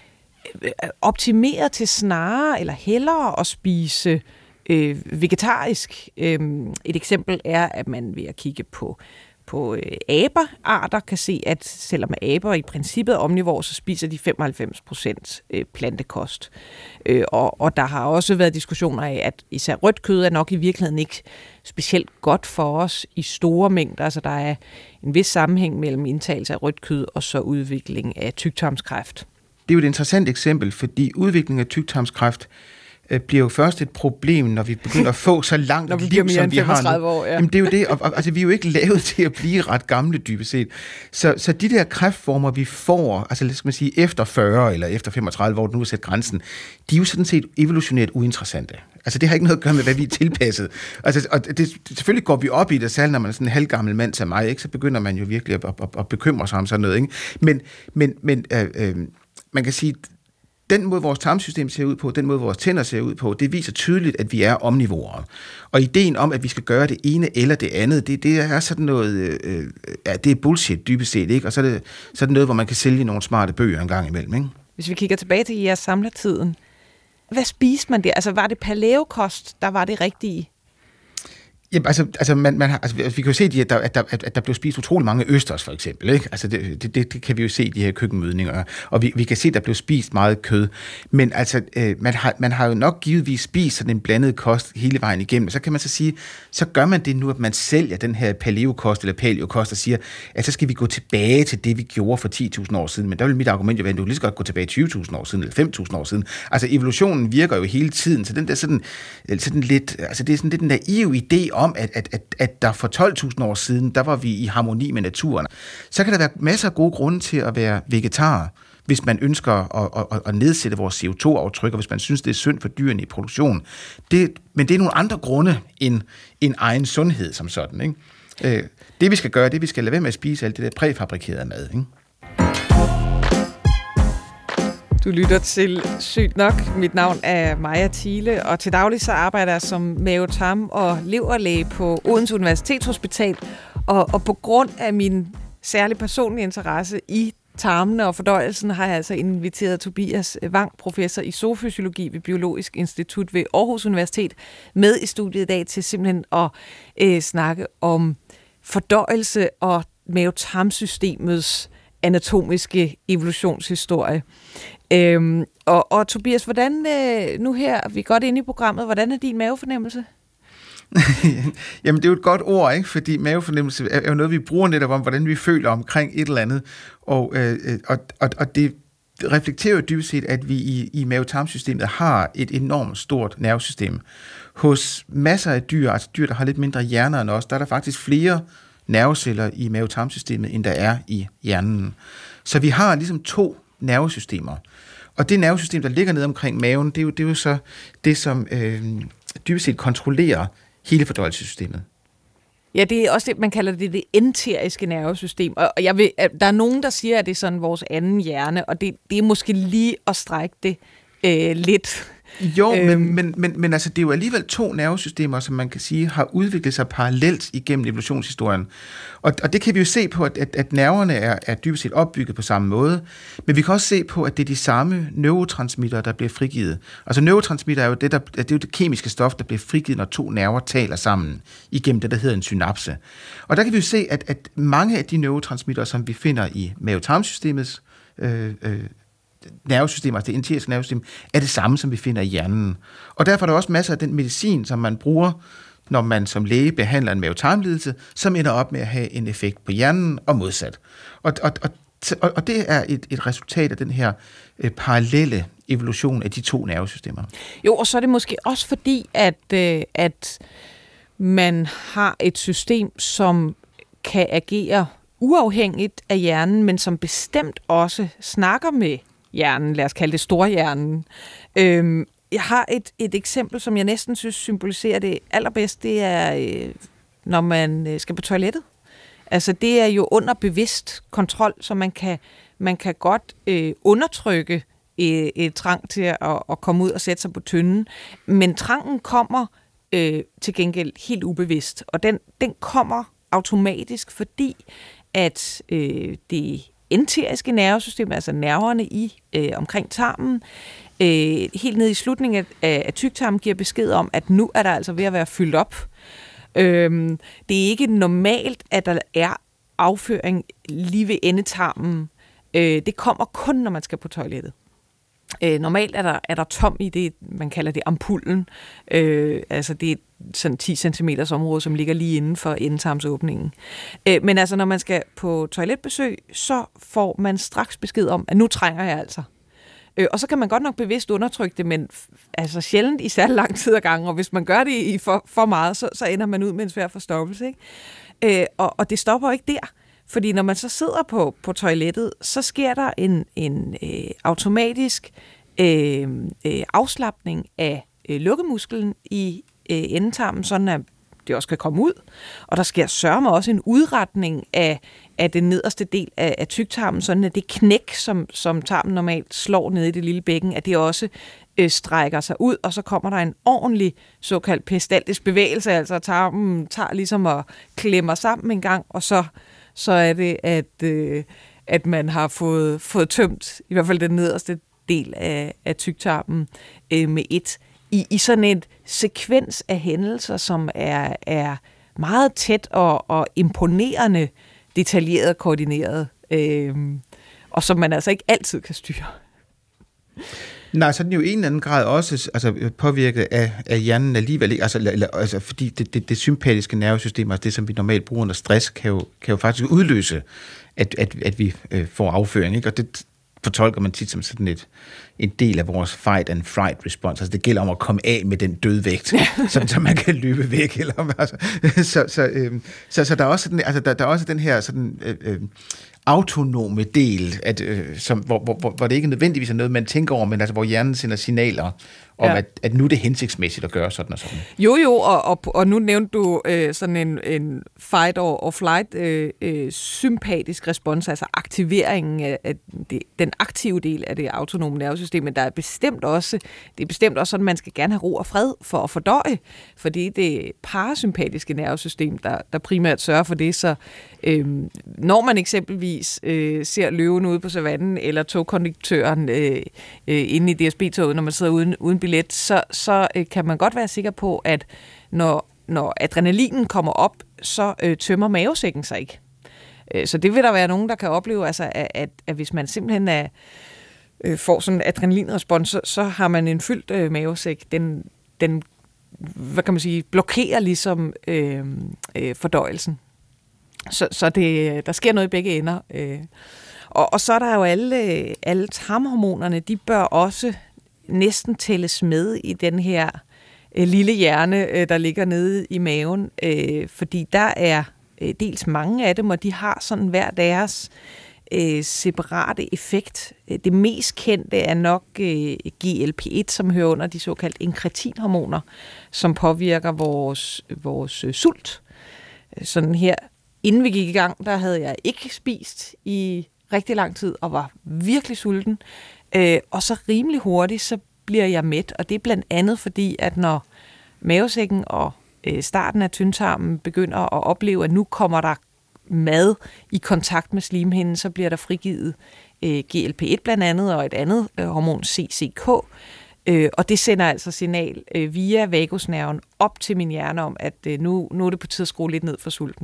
optimeret til snarere eller hellere at spise øh, vegetarisk. Øh, et eksempel er, at man ved at kigge på, på øh, aberarter kan se, at selvom aber i princippet er omnivore, så spiser de femoghalvfems procent øh, plantekost. Øh, og, og der har også været diskussioner af, at især rødt kød er nok i virkeligheden ikke specielt godt for os i store mængder. Altså der er en vis sammenhæng mellem indtagelse af rødt kød og så udvikling af tyktarmskræft. Det er jo et interessant eksempel, fordi udviklingen af tyktarmskræft øh, bliver jo først et problem, når vi begynder at få så langt et liv, som vi har nu. År, ja. Jamen, det er jo det, og, og, altså, vi er jo ikke lavet til at blive ret gamle, dybest set. Så, så de der kræftformer, vi får, altså skal man sige, efter fyrre eller efter femogtredive, hvor du nu har sat grænsen, de er jo sådan set evolutionært uinteressante. Altså, det har ikke noget at gøre med, hvad vi er tilpasset. Altså, og det, selvfølgelig går vi op i det, selv når man er sådan en halvgammel mand som mig, ikke? Så begynder man jo virkelig at, at, at, at bekymre sig om sådan noget, ikke? Men, men, men øh, øh, man kan sige, den måde, vores tarmsystem ser ud på, den måde, vores tænder ser ud på, det viser tydeligt, at vi er omnivorer. Og ideen om, at vi skal gøre det ene eller det andet, det, det er sådan noget, øh, ja, det er bullshit dybest set, ikke? Og så er, det, så er det noget, hvor man kan sælge nogle smarte bøger en gang imellem, ikke? Hvis vi kigger tilbage til jeres samlertiden, hvad spiste man der? Altså, var det palæokost, der var det rigtige? Ja, altså, altså, man, man har, altså, vi kan jo se, at der, at, der, at der blev spist utrolig mange østers, for eksempel. Ikke? Altså, det, det, det kan vi jo se i de her køkkenmødninger. Og vi, vi kan se, at der blev spist meget kød. Men altså, øh, man, har, man har jo nok givetvis spist sådan en blandet kost hele vejen igennem. Så kan man så sige, så gør man det nu, at man sælger den her paleokost eller paleokost og siger, at så skal vi gå tilbage til det, vi gjorde for ti tusind år siden. Men der vil mit argument jo være, at du lige så godt gå tilbage tyve tusind år siden eller fem tusind år siden. Altså, evolutionen virker jo hele tiden, så den der sådan, sådan lidt, altså det er sådan lidt en naiv idé om, at, at, at, at der for tolv tusind år siden, der var vi i harmoni med naturen. Så kan der være masser af gode grunde til at være vegetar, hvis man ønsker at, at, at nedsætte vores C O to aftryk, og hvis man synes, det er synd for dyrene i produktion. Det, men det er nogle andre grunde end, end egen sundhed som sådan. Ikke? Det vi skal gøre, det er, vi skal lade være med at spise alt det der præfabrikerede mad. Ikke? Du lytter til Sygt Nok. Mit navn er Maja Thiele, og til daglig så arbejder jeg som mave-tarm- og leverlæge på Odense Universitetshospital. Og, og på grund af min særlig personlige interesse i tarmene og fordøjelsen, har jeg altså inviteret Tobias Wang, professor i zoofysiologi ved Biologisk Institut ved Aarhus Universitet, med i studiet i dag til simpelthen at øh, snakke om fordøjelse og mave-tarmsystemets anatomiske evolutionshistorie. Øhm, og, og Tobias, hvordan, øh, nu her, vi er godt inde i programmet, hvordan er din mavefornemmelse? Jamen, det er jo et godt ord, ikke? Fordi mavefornemmelse er jo noget, vi bruger netop om, hvordan vi føler omkring et eller andet, og, øh, og, og, og det reflekterer jo dybest set, at vi i, i mave-tarmsystemet har et enormt stort nervesystem. Hos masser af dyr, altså dyr, der har lidt mindre hjerner end os, der er der faktisk flere nerveceller i mave-tarmsystemet, end der er i hjernen. Så vi har ligesom to nervesystemer. Og det nervesystem, der ligger nede omkring maven, det er jo, det er jo så det, som øh, dybest set kontrollerer hele fordøjelsessystemet. Ja, det er også det, man kalder det det enteriske nervesystem. Og jeg vil, der er nogen, der siger, at det er sådan vores anden hjerne, og det, det er måske lige at strække det øh, lidt. Jo, øhm. men, men, men, men altså, det er jo alligevel to nervesystemer, som man kan sige, har udviklet sig parallelt igennem evolutionshistorien. Og, og det kan vi jo se på, at, at, at nerverne er, er dybest set opbygget på samme måde, men vi kan også se på, at det er de samme neurotransmitter, der bliver frigivet. Altså neurotransmitter er jo det, der, det, er jo det kemiske stof, der bliver frigivet, når to nerver taler sammen igennem det, der hedder en synapse. Og der kan vi jo se, at, at mange af de neurotransmitter, som vi finder i mave-tarmsystemets øh, øh, nervesystem, altså det enteriske nervesystem, er det samme, som vi finder i hjernen. Og derfor er der også masser af den medicin, som man bruger, når man som læge behandler en mave-tarmlidelse, som ender op med at have en effekt på hjernen og modsat. Og, og, og, og det er et, et resultat af den her øh, parallelle evolution af de to nervesystemer. Jo, og så er det måske også fordi, at, øh, at man har et system, som kan agere uafhængigt af hjernen, men som bestemt også snakker med hjernen, lad os kalde det storhjernen. Øhm, jeg har et, et eksempel, som jeg næsten synes symboliserer det allerbedst, det er, øh, når man øh, skal på toilettet. Altså, det er jo under bevidst kontrol, så man kan, man kan godt øh, undertrykke øh, et trang til at, at komme ud og sætte sig på tynden, men trangen kommer øh, til gengæld helt ubevidst, og den, den kommer automatisk, fordi at øh, det enteriske nervesystem, altså nerverne i øh, omkring tarmen, øh, helt ned i slutningen af, af tyktarmen giver besked om, at nu er der altså ved at være fyldt op. Øh, det er ikke normalt, at der er afføring lige ved endetarmen. Øh, det kommer kun, når man skal på toilettet. Øh, normalt er der, er der tom i det, man kalder det ampullen. Øh, altså det er sådan ti centimeters område, som ligger lige inden for endetarmsåbningen. Øh, men altså, når man skal på toiletbesøg, så får man straks besked om, at nu trænger jeg altså. Øh, og så kan man godt nok bevidst undertrykke det, men f- altså sjældent i særlig lang tid ad gangen, og hvis man gør det i for, for meget, så, så ender man ud med en svær forstoppelse. Ikke? Øh, og, og det stopper jo ikke der. Fordi når man så sidder på, på toilettet, så sker der en, en øh, automatisk øh, øh, afslapning af øh, lukkemusklen i øh, endetarmen, sådan at det også kan komme ud. Og der sker sørme også en udretning af, af den nederste del af, af tyktarmen, sådan at det knæk, som, som tarmen normalt slår ned i det lille bækken, at det også øh, strækker sig ud, og så kommer der en ordentlig såkaldt peristaltisk bevægelse, altså tarmen tager ligesom og klemmer sammen en gang, og så så er det, at, øh, at man har fået, fået tømt i hvert fald den nederste del af, af tyktarmen øh, med et i, i sådan et sekvens af hændelser, som er, er meget tæt og, og imponerende detaljeret og koordineret, øh, og som man altså ikke altid kan styre. Nej, så er den jo i en eller anden grad også altså, påvirket af, af hjernen alligevel. Altså, eller, altså, fordi det, det, det sympatiske nervesystem, altså det, som vi normalt bruger under stress, kan jo, kan jo faktisk udløse, at, at, at vi øh, får afføring. Ikke? Og det fortolker man tit som sådan et, en del af vores fight and fright response. Altså det gælder om at komme af med den dødvægt, så, så man kan løbe væk. Eller, altså, så, så, øh, så, så der er også sådan, altså, der, der er også den her sådan... Øh, øh, autonome del, at, øh, som, hvor, hvor, hvor det ikke nødvendigvis er noget, man tænker over, men altså, hvor hjernen sender signaler om, ja. at, at nu er det hensigtsmæssigt at gøre sådan og sådan. Jo, jo, og, og, og nu nævnte du øh, sådan en, en fight or, or flight øh, øh, sympatisk respons, altså aktiveringen af, af det, den aktive del af det autonome nervesystem, men der er bestemt også, det er bestemt også sådan, at man skal gerne have ro og fred for at fordøje, fordi det parasympatiske nervesystem, der, der primært sørger for det, så øh, når man eksempelvis øh, ser løven ude på savannen, eller togkonduktøren øh, øh, inde i D S B-toget, når man sidder uden, uden billet, så, så øh, kan man godt være sikker på, at når, når adrenalinen kommer op, så øh, tømmer mavesækken sig ikke. Øh, så det vil der være nogen, der kan opleve, altså, at, at, at hvis man simpelthen er, øh, får sådan en adrenalinrespons, så, så har man en fyldt øh, mavesæk. Den, den, hvad kan man sige, blokerer ligesom øh, øh, fordøjelsen. Så, så det, der sker noget i begge ender. Øh. Og, og så er der jo alle, alle tarmhormonerne, de bør også næsten tælles med i den her øh, lille hjerne, øh, der ligger nede i maven, øh, fordi der er øh, dels mange af dem, og de har sådan hver deres øh, separate effekt. Det mest kendte er nok øh, G L P et, som hører under de såkaldte inkretinhormoner, som påvirker vores, vores øh, sult. Sådan her, inden vi gik i gang, der havde jeg ikke spist i rigtig lang tid, og var virkelig sulten. Øh, og så rimelig hurtigt, så bliver jeg mæt, og det er blandt andet fordi, at når mavesækken og øh, starten af tyndtarmen begynder at opleve, at nu kommer der mad i kontakt med slimhinden, så bliver der frigivet øh, G L P et blandt andet, og et andet øh, hormon C C K, øh, og det sender altså signal øh, via vagusnerven op til min hjerne om, at øh, nu, nu er det på tide at skrue lidt ned for sulten.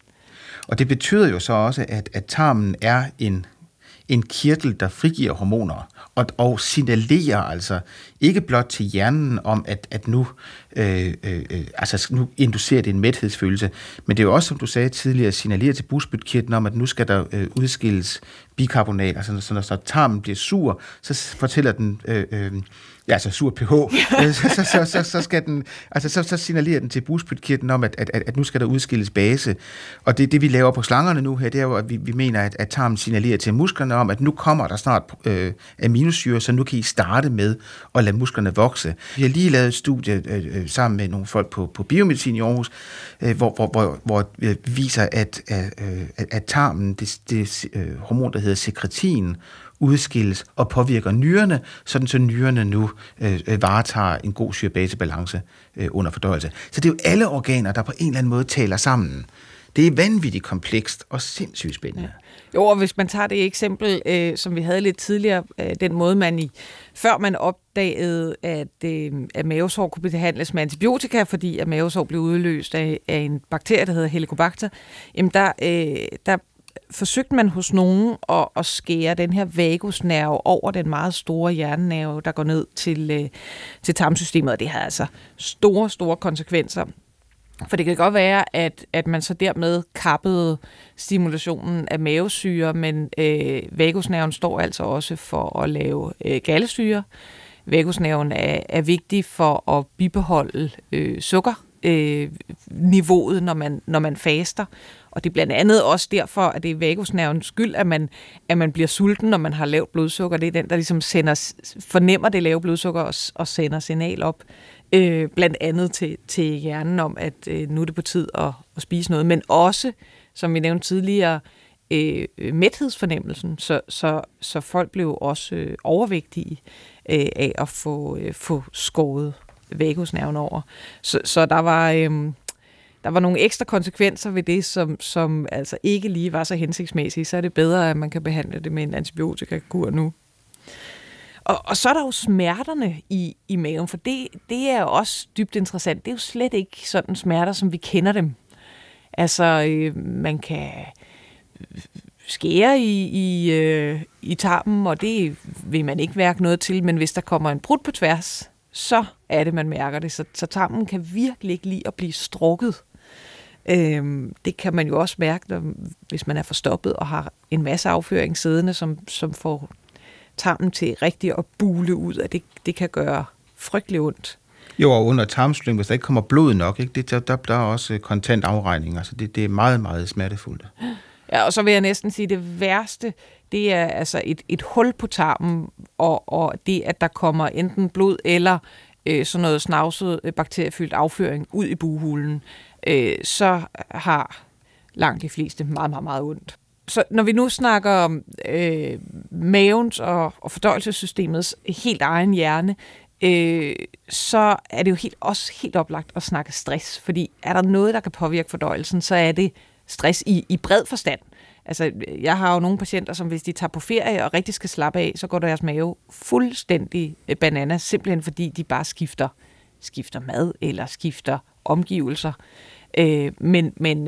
Og det betyder jo så også, at, at tarmen er en en kirtel, der frigiver hormoner, og, og signalerer altså ikke blot til hjernen om, at, at nu, øh, øh, altså nu inducerer det en mæthedsfølelse, men det er jo også, som du sagde tidligere, signalerer til bugspytkirtlen om, at nu skal der øh, udskilles bikarbonat, altså så når så tarmen bliver sur, så fortæller den, øh, øh, ja, altså sur pH, så, så, så, så, så skal den, altså så, så signalerer den til bugspytkirtlen om, at, at, at nu skal der udskilles base, og det, det vi laver på slangerne nu her, det er jo, at vi, vi mener, at, at tarmen signalerer til musklerne om, at nu kommer der snart øh, aminosyre, så nu kan I starte med at lade musklerne vokse. Vi har lige lavet et studie øh, sammen med nogle folk på, på biomedicin i Aarhus, øh, hvor, hvor, hvor, hvor vi viser, at, at, at, at tarmen, det, det øh, hormon, der hedder sekretin, udskilles og påvirker nyrerne, sådan så nyrerne nu øh, varetager en god syre-base-balance øh, under fordøjelse. Så det er jo alle organer, der på en eller anden måde taler sammen. Det er vanvittigt komplekst og sindssygt spændende. Ja. Jo, og hvis man tager det eksempel, øh, som vi havde lidt tidligere, øh, den måde man i, før man opdagede, at, øh, at mavesår kunne behandles med antibiotika, fordi at mavesår blev udløst af, af en bakterie, der hedder Helicobacter, jamen der, øh, der forsøgte man hos nogen at, at skære den her vagusnerve over den meget store hjernenerve, der går ned til, øh, til tarmsystemet, og det har altså store, store konsekvenser. For det kan godt være, at, at man så dermed kappede stimulationen af mavesyre, men øh, vagusnerven står altså også for at lave øh, galdesyre. Vagusnerven er, er vigtig for at bibeholde øh, sukkerniveauet, øh, når man, når man faster. Og det er blandt andet også derfor, at det er vagusnervens skyld, at man, at man bliver sulten, når man har lavt blodsukker. Det er den, der ligesom sender, fornemmer det lave blodsukker og, og sender signal op. Øh, blandt andet til, til hjernen om, at øh, nu er det på tid at, at spise noget, men også, som vi nævnte tidligere, øh, mæthedsfornemmelsen, så, så, så folk blev også øh, overvægtige øh, af at få, øh, få skåret vagusnerven over. Så, så der var... Øh, Der var nogle ekstra konsekvenser ved det, som, som altså ikke lige var så hensigtsmæssige. Så er det bedre, at man kan behandle det med en antibiotikakur nu. Og, og så er der jo smerterne i, i maven, for det, det er jo også dybt interessant. Det er jo slet ikke sådan smerter, som vi kender dem. Altså, øh, man kan skære i, i, øh, i tarmen, og det vil man ikke mærke noget til, men hvis der kommer en brud på tværs, så er det, man mærker det. Så, så tarmen kan virkelig ikke lide at blive strukket. Øhm, det kan man jo også mærke, når, hvis man er forstoppet og har en masse afføring siddende, som, som får tarmen til rigtig at bule ud, og det, det kan gøre frygtelig ondt. Jo, og under tarmslyng, hvis der ikke kommer blod nok, ikke, det, der, der, der er også kontant afregning. Altså det, det er meget, meget smertefuldt. Ja, og så vil jeg næsten sige, at det værste, det er altså et, et hul på tarmen, og, og det, at der kommer enten blod eller øh, sådan noget snavset bakteriefyldt afføring ud i buhulen, øh, så har langt de fleste meget, meget, meget ondt. Så når vi nu snakker om øh, mavens og, og fordøjelsessystemets helt egen hjerne, øh, så er det jo helt, også helt oplagt at snakke stress, fordi er der noget, der kan påvirke fordøjelsen, så er det stress i, i bred forstand. Altså, jeg har jo nogle patienter, som hvis de tager på ferie og rigtig skal slappe af, så går deres mave fuldstændig banana, simpelthen fordi de bare skifter, skifter mad eller skifter omgivelser. Øh, men men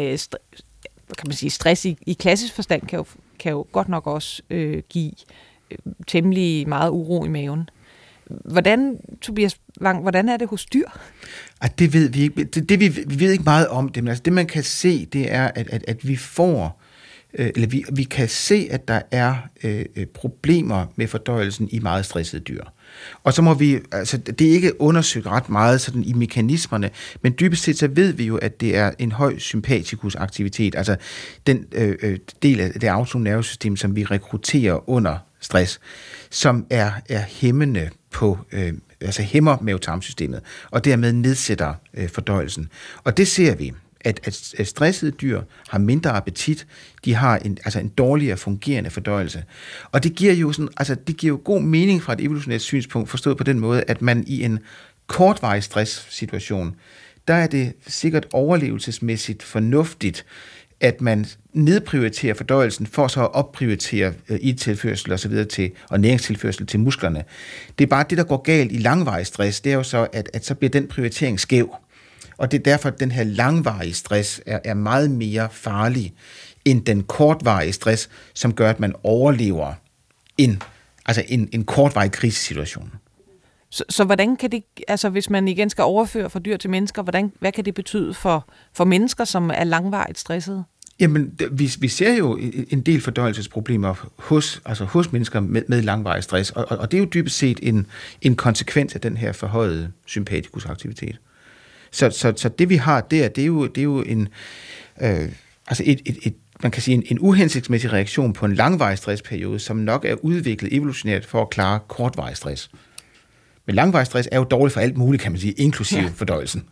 kan man sige, stress i, i klassisk forstand kan jo, kan jo godt nok også øh, give øh, temmelig meget uro i maven. Hvordan, Tobias Wang, hvordan er det hos dyr? At det ved vi ikke. Det, det vi, vi ved ikke meget om det, men altså det man kan se, det er, at, at, at vi får, øh, eller vi, vi kan se, at der er øh, problemer med fordøjelsen i meget stressede dyr. Og så må vi, altså det er ikke undersøgt ret meget sådan i mekanismerne, men dybest set så ved vi jo, at det er en høj sympatikusaktivitet, altså den øh, del af det autonome nervesystem, som vi rekrutterer under stress, som er, er hæmmende på, øh, altså hæmmer mavetarmsystemet, og dermed nedsætter øh, fordøjelsen. Og det ser vi, at, at, at stressede dyr har mindre appetit, de har en, altså en dårligere fungerende fordøjelse. Og det giver jo sådan, altså det giver jo god mening fra et evolutionært synspunkt, forstået på den måde, at man i en kortvarig stresssituation, der er det sikkert overlevelsesmæssigt fornuftigt, at man nedprioriterer fordøjelsen for så at opprioritere ilttilførsel og så videre til, og næringstilførsel til musklerne. Det er bare det, der går galt i langvarig stress, det er jo så, at, at så bliver den prioritering skæv. Og det er derfor, at den her langvarige stress er, er meget mere farlig end den kortvarige stress, som gør, at man overlever en, altså en, en kortvarig krisesituation. Så, så hvordan kan det, altså hvis man igen skal overføre fra dyr til mennesker, hvordan, hvad kan det betyde for, for mennesker, som er langvarigt stressede? Jamen, vi, vi ser jo en del fordøjelsesproblemer hos, altså hos mennesker med, med langvarig stress, og, og det er jo dybest set en, en konsekvens af den her forhøjede sympatikusaktivitet. Så, så, så det vi har der, det er jo, det er jo en, øh, altså et, et, et, man kan sige en, en uhensigtsmæssig reaktion på en langvarig stressperiode, som nok er udviklet evolutionært for at klare kortvarig stress. Men langvarig stress er jo dårligt for alt muligt, kan man sige, inklusive ja. fordøjelsen.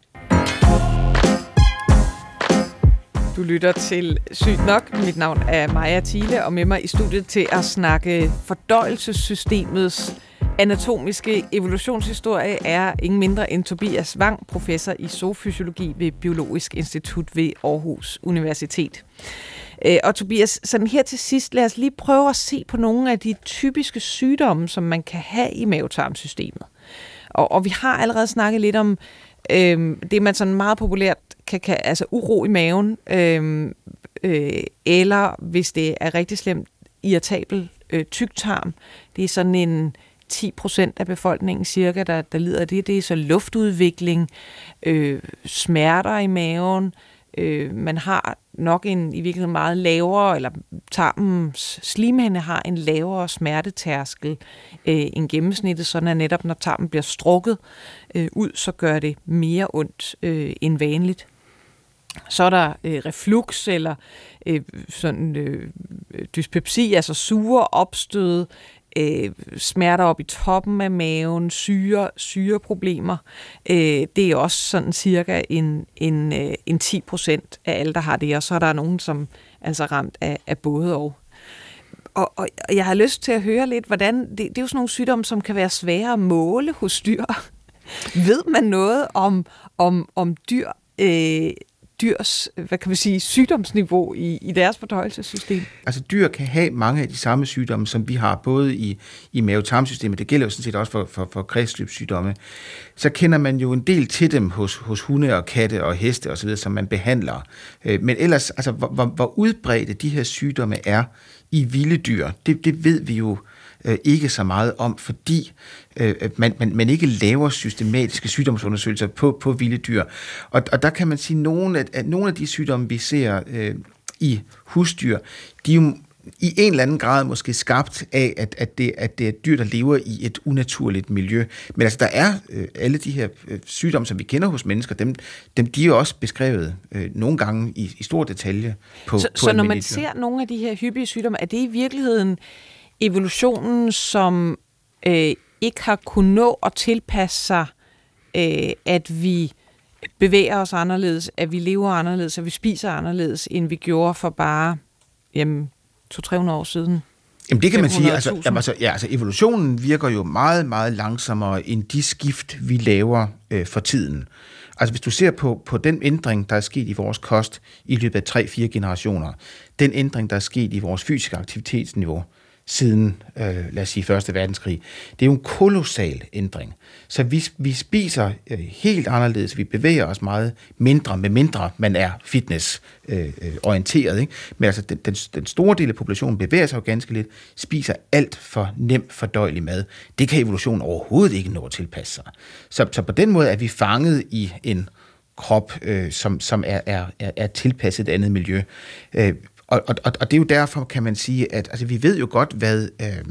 Du lytter til Sygt Nok. Mit navn er Maja Thiele, og med mig i studiet til at snakke fordøjelsessystemets anatomiske evolutionshistorie er ingen mindre end Tobias Wang, professor i zoofysiologi ved Biologisk Institut ved Aarhus Universitet. Og Tobias, sådan her til sidst, lad os lige prøve at se på nogle af de typiske sygdomme, som man kan have i mavetarmsystemet. Og, og vi har allerede snakket lidt om øh, det, man sådan meget populært kan kalde altså uro i maven, øh, øh, eller hvis det er rigtig slemt, irritabel øh, tyktarm. Det er sådan en ti procent af befolkningen cirka, der, der lider af det. Det er så luftudvikling, øh, smerter i maven. Øh, man har nok en i virkeligheden meget lavere, eller tarmens slimhinde har en lavere smertetærskel øh, end gennemsnittet, sådan at netop når tarmen bliver strukket øh, ud, så gør det mere ondt øh, end vanligt. Så er der øh, reflux eller øh, sådan øh, dyspepsi, altså sure opstød, øh, smerter op i toppen af maven, syre, syreproblemer. Øh, det er også sådan cirka en, en, øh, en ti procent af alle, der har det, og så er der nogen, som altså ramt af, af både og. Og, og jeg har lyst til at høre lidt, hvordan, det, det er jo sådan nogle sygdomme, som kan være svære at måle hos dyr. Ved man noget om, om, om dyr, øh, dyrs, hvad kan man sige, sygdomsniveau i, i deres fordøjelsessystem? Altså dyr kan have mange af de samme sygdomme, som vi har, både i, i mave-tarmsystemet, det gælder jo sådan set også for, for, for kredsløbssygdomme. Så kender man jo en del til dem hos, hos hunde og katte og heste osv., som man behandler. Men ellers, altså hvor, hvor, hvor udbredte de her sygdomme er i vilde dyr, det, det ved vi jo øh, ikke så meget om, fordi øh, man, man, man ikke laver systematiske sygdomsundersøgelser på, på vilde dyr. Og, og der kan man sige, at nogle af, at nogle af de sygdomme, vi ser øh, i husdyr, de er jo i en eller anden grad måske skabt af, at, at, det, at det er dyr, der lever i et unaturligt miljø. Men altså, der er øh, alle de her øh, sygdomme, som vi kender hos mennesker, dem, dem de er jo også beskrevet øh, nogle gange i, i stor detalje på Så, på så når man dyr. ser nogle af de her hyppige sygdomme, er det i virkeligheden evolutionen, som øh, ikke har kunnet nå at tilpasse sig, øh, at vi bevæger os anderledes, at vi lever anderledes, at vi spiser anderledes, end vi gjorde for bare jamen, to til tre hundrede år siden? Jamen det kan man sige, altså, jamen, altså, ja, altså evolutionen virker jo meget, meget langsommere end de skift, vi laver øh, for tiden. Altså hvis du ser på, på den ændring, der er sket i vores kost i løbet af tre fire generationer, den ændring, der er sket i vores fysiske aktivitetsniveau siden, øh, lad os sige, Første Verdenskrig, det er jo en kolossal ændring. Så vi, vi spiser øh, helt anderledes, vi bevæger os meget mindre, med mindre man er fitnessorienteret. Øh, ikke? Men altså den, den, den store del af populationen bevæger sig jo ganske lidt, spiser alt for nemt fordøjelig mad. Det kan evolutionen overhovedet ikke nå at tilpasse sig. Så, så på den måde er vi fanget i en krop, øh, som, som er, er, er tilpasset et andet miljø. Øh, Og, og, og det er jo derfor, kan man sige, at altså, vi ved jo godt, hvad, øh,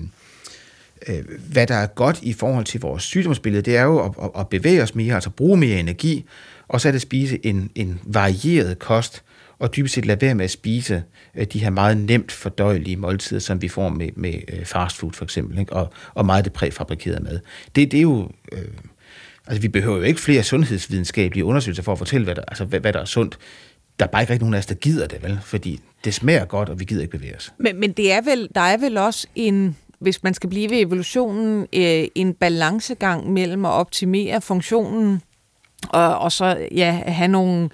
øh, hvad der er godt i forhold til vores sygdomsbillede. Det er jo at, at, at bevæge os mere, altså bruge mere energi, og så er det at spise en, en varieret kost, og dybest set lade være med at spise øh, de her meget nemt fordøjelige måltider, som vi får med, med øh, fastfood for eksempel, ikke? Og, og meget det præfabrikerede mad. Det, det er jo... Øh, altså, vi behøver jo ikke flere sundhedsvidenskabelige undersøgelser for at fortælle, hvad der, altså, hvad, hvad der er sundt. Der er bare ikke rigtig nogen af os, der gider det, vel? Fordi det smager godt, og vi gider ikke bevæge os. Men, men det er vel, der er vel også en, hvis man skal blive ved evolutionen, øh, en balancegang mellem at optimere funktionen, og, og så ja, have nogle,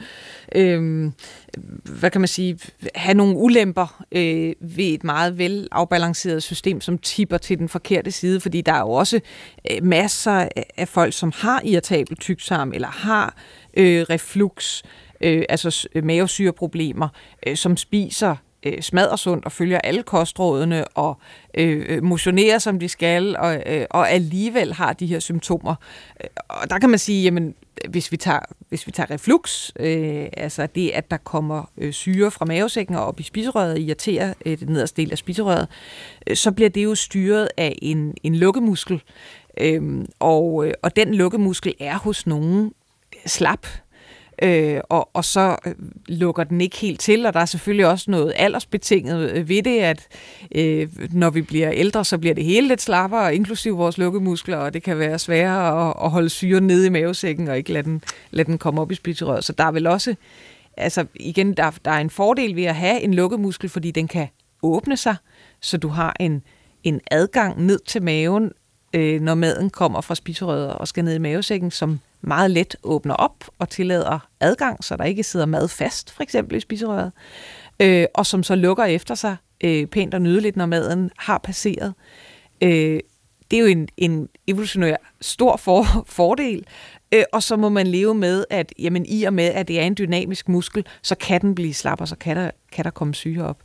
øh, hvad kan man sige, have nogle ulemper øh, ved et meget velafbalanceret system, som tipper til den forkerte side, fordi der er jo også øh, masser af folk, som har irritabel tyktarm, eller har øh, reflux, Øh, altså mavesyreproblemer, øh, som spiser øh, smaddersundt og følger alle kostrådene og øh, motionerer, som de skal, og, øh, og alligevel har de her symptomer. Og der kan man sige, jamen, hvis vi tager, hvis vi tager reflux, øh, altså det, at der kommer øh, syre fra mavesækken og op i spiserøret og irriterer øh, den nederste del af spiserøret, øh, så bliver det jo styret af en, en lukkemuskel. Øh, og, øh, og den lukkemuskel er hos nogen slap, Øh, og, og så øh, lukker den ikke helt til, og der er selvfølgelig også noget aldersbetinget øh, ved det, at øh, når vi bliver ældre, så bliver det hele lidt slappere, inklusive vores lukkemuskler, og det kan være sværere at, at holde syren nede i mavesækken og ikke lade den, lade den komme op i spiserøret. Så der er vel også, altså igen, der, der er en fordel ved at have en lukkemuskel, fordi den kan åbne sig, så du har en, en adgang ned til maven, øh, når maden kommer fra spiserøret og skal ned i mavesækken, som meget let åbner op og tillader adgang, så der ikke sidder mad fast, for eksempel i spiserøret, øh, og som så lukker efter sig øh, pænt og nydeligt, når maden har passeret. Øh, det er jo en, en evolutionær stor for, fordel, øh, og så må man leve med, at jamen, i og med, at det er en dynamisk muskel, så kan den blive slap, og så kan der, kan der komme syre op.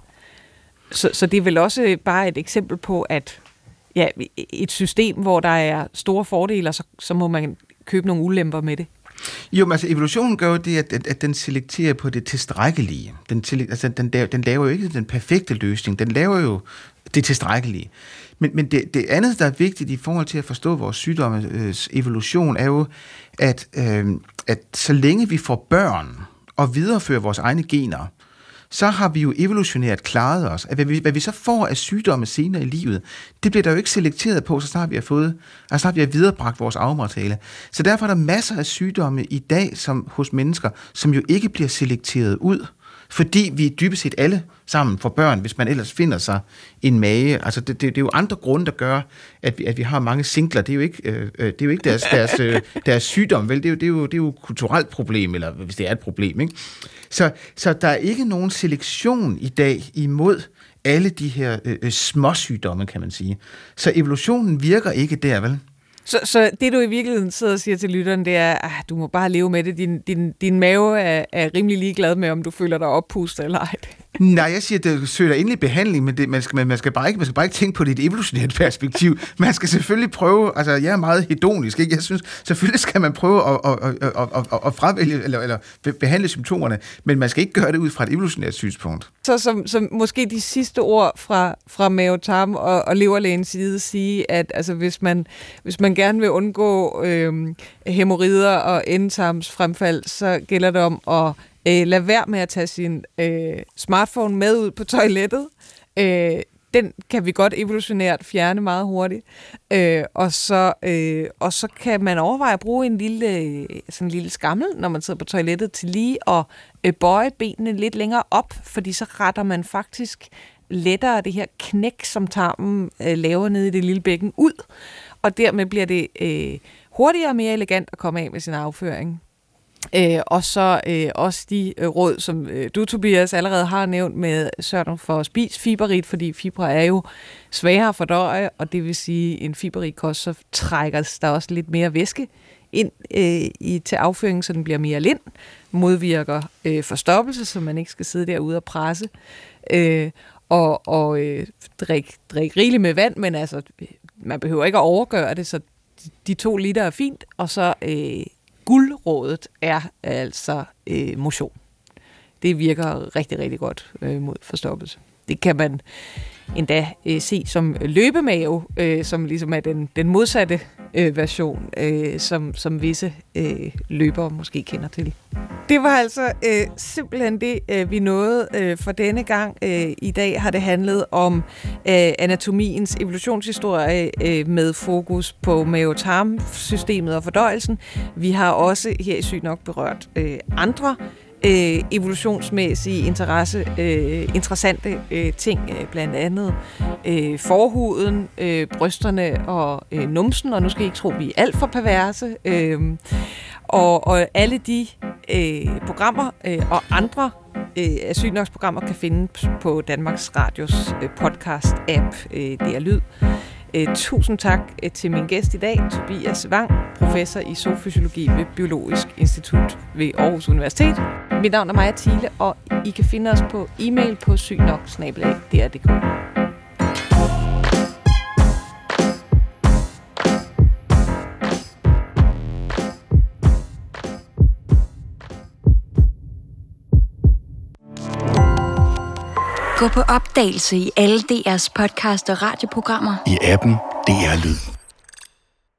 Så, så det er vel også bare et eksempel på, at ja, et system, hvor der er store fordele, så, så må man købe nogle ulemper med det. Jo, men altså evolutionen gør jo det, at, at, at den selekterer på det tilstrækkelige. Den, altså, den, den laver jo ikke den perfekte løsning, den laver jo det tilstrækkelige. Men, men det, det andet, der er vigtigt i forhold til at forstå vores sygdommes evolution, er jo, at, øh, at så længe vi får børn og viderefører vores egne gener, så har vi jo evolutionært klaret os. At hvad, vi, hvad vi så får af sygdomme senere i livet, det bliver der jo ikke selekteret på, så snart vi har fået, altså snart vi har viderebragt vores arvemateriale. Så derfor er der masser af sygdomme i dag som hos mennesker, som jo ikke bliver selekteret ud, fordi vi dybest set alle sammen får børn, hvis man ellers finder sig en mage. Altså, det, det, det er jo andre grunde, der gør, at vi, at vi har mange singler. Det er jo ikke, øh, det er jo ikke deres, deres, øh, deres sygdom, vel? Det er, jo, det, er jo, det er jo et kulturelt problem, eller hvis det er et problem, ikke? Så, så der er ikke nogen selektion i dag imod alle de her øh, småsygdomme, kan man sige. Så evolutionen virker ikke der, vel? Så, så det, du i virkeligheden sidder og siger til lytteren, det er, at du må bare leve med det. Din, din, din mave er, er rimelig ligeglad med, om du føler dig oppustet eller ej. Nej, jeg siger, at det søger endelig behandling, men det, man, skal, man, skal bare ikke, man skal bare ikke tænke på det i et evolutionært perspektiv. Man skal selvfølgelig prøve, altså jeg er meget hedonisk, ikke? Jeg synes, selvfølgelig skal man prøve at, at, at, at, at, at fravælge eller, eller behandle symptomerne, men man skal ikke gøre det ud fra et evolutionært synspunkt. Så som, som måske de sidste ord fra, fra mavetarm og, og leverlægens side sige, at altså, hvis, man, hvis man gerne vil undgå øh, hæmorider og endetarmsfremfald, så gælder det om at øh, lade være med at tage sin øh, smartphone med ud på toilettet. Øh, den kan vi godt evolutionært fjerne meget hurtigt. Øh, og, så, øh, og så kan man overveje at bruge en lille, sådan en lille skammel, når man sidder på toilettet, til lige at øh, bøje benene lidt længere op, fordi så retter man faktisk lettere det her knæk, som tarmen øh, laver nede i det lille bækken ud. Og dermed bliver det øh, hurtigere og mere elegant at komme af med sin afføring. Øh, og så øh, også de øh, råd, som øh, du, Tobias, allerede har nævnt med sørg for at spise fiberrigt, fordi fibre er jo sværere at fordøje, og det vil sige, en fiberrig kost, så trækker der også lidt mere væske ind øh, i, til afføringen, så den bliver mere lind, modvirker øh, forstoppelse, så man ikke skal sidde derude og presse, øh, og, og øh, drikke drik rigeligt med vand, men altså, man behøver ikke at overgøre det, så de, de to liter er fint, og så øh, guldrådet er altså øh, motion. Det virker rigtig, rigtig godt øh, mod forstoppelse. Det kan man endda øh, se som løbemave, øh, som ligesom er den, den modsatte øh, version, øh, som, som visse øh, løbere måske kender til. Det var altså øh, simpelthen det, øh, vi nåede øh, for denne gang. Øh, I dag har det handlet om øh, anatomiens evolutionshistorie øh, med fokus på mave-tarmsystemet og fordøjelsen. Vi har også her i Sygt Nok berørt øh, andre Øh, evolutionsmæssige interesse, øh, interessante øh, ting, øh, blandt andet øh, forhuden, øh, brysterne og øh, numsen, og nu skal I ikke tro, vi er alt for perverse. Øh, og, og alle de øh, programmer øh, og andre øh, af Sygt Noks programmer kan findes på Danmarks Radios øh, podcast-app, øh, det er Lyd. Uh, tusind tak uh, til min gæst i dag, Tobias Wang, professor i zoofysiologi ved Biologisk Institut ved Aarhus Universitet. Mit navn er Maja Thiele, og I kan finde os på e-mail på sygtnok snabel-a d r punktum d k. Gå på opdagelse i alle D R's podcast og radioprogrammer. I appen D R Lyd.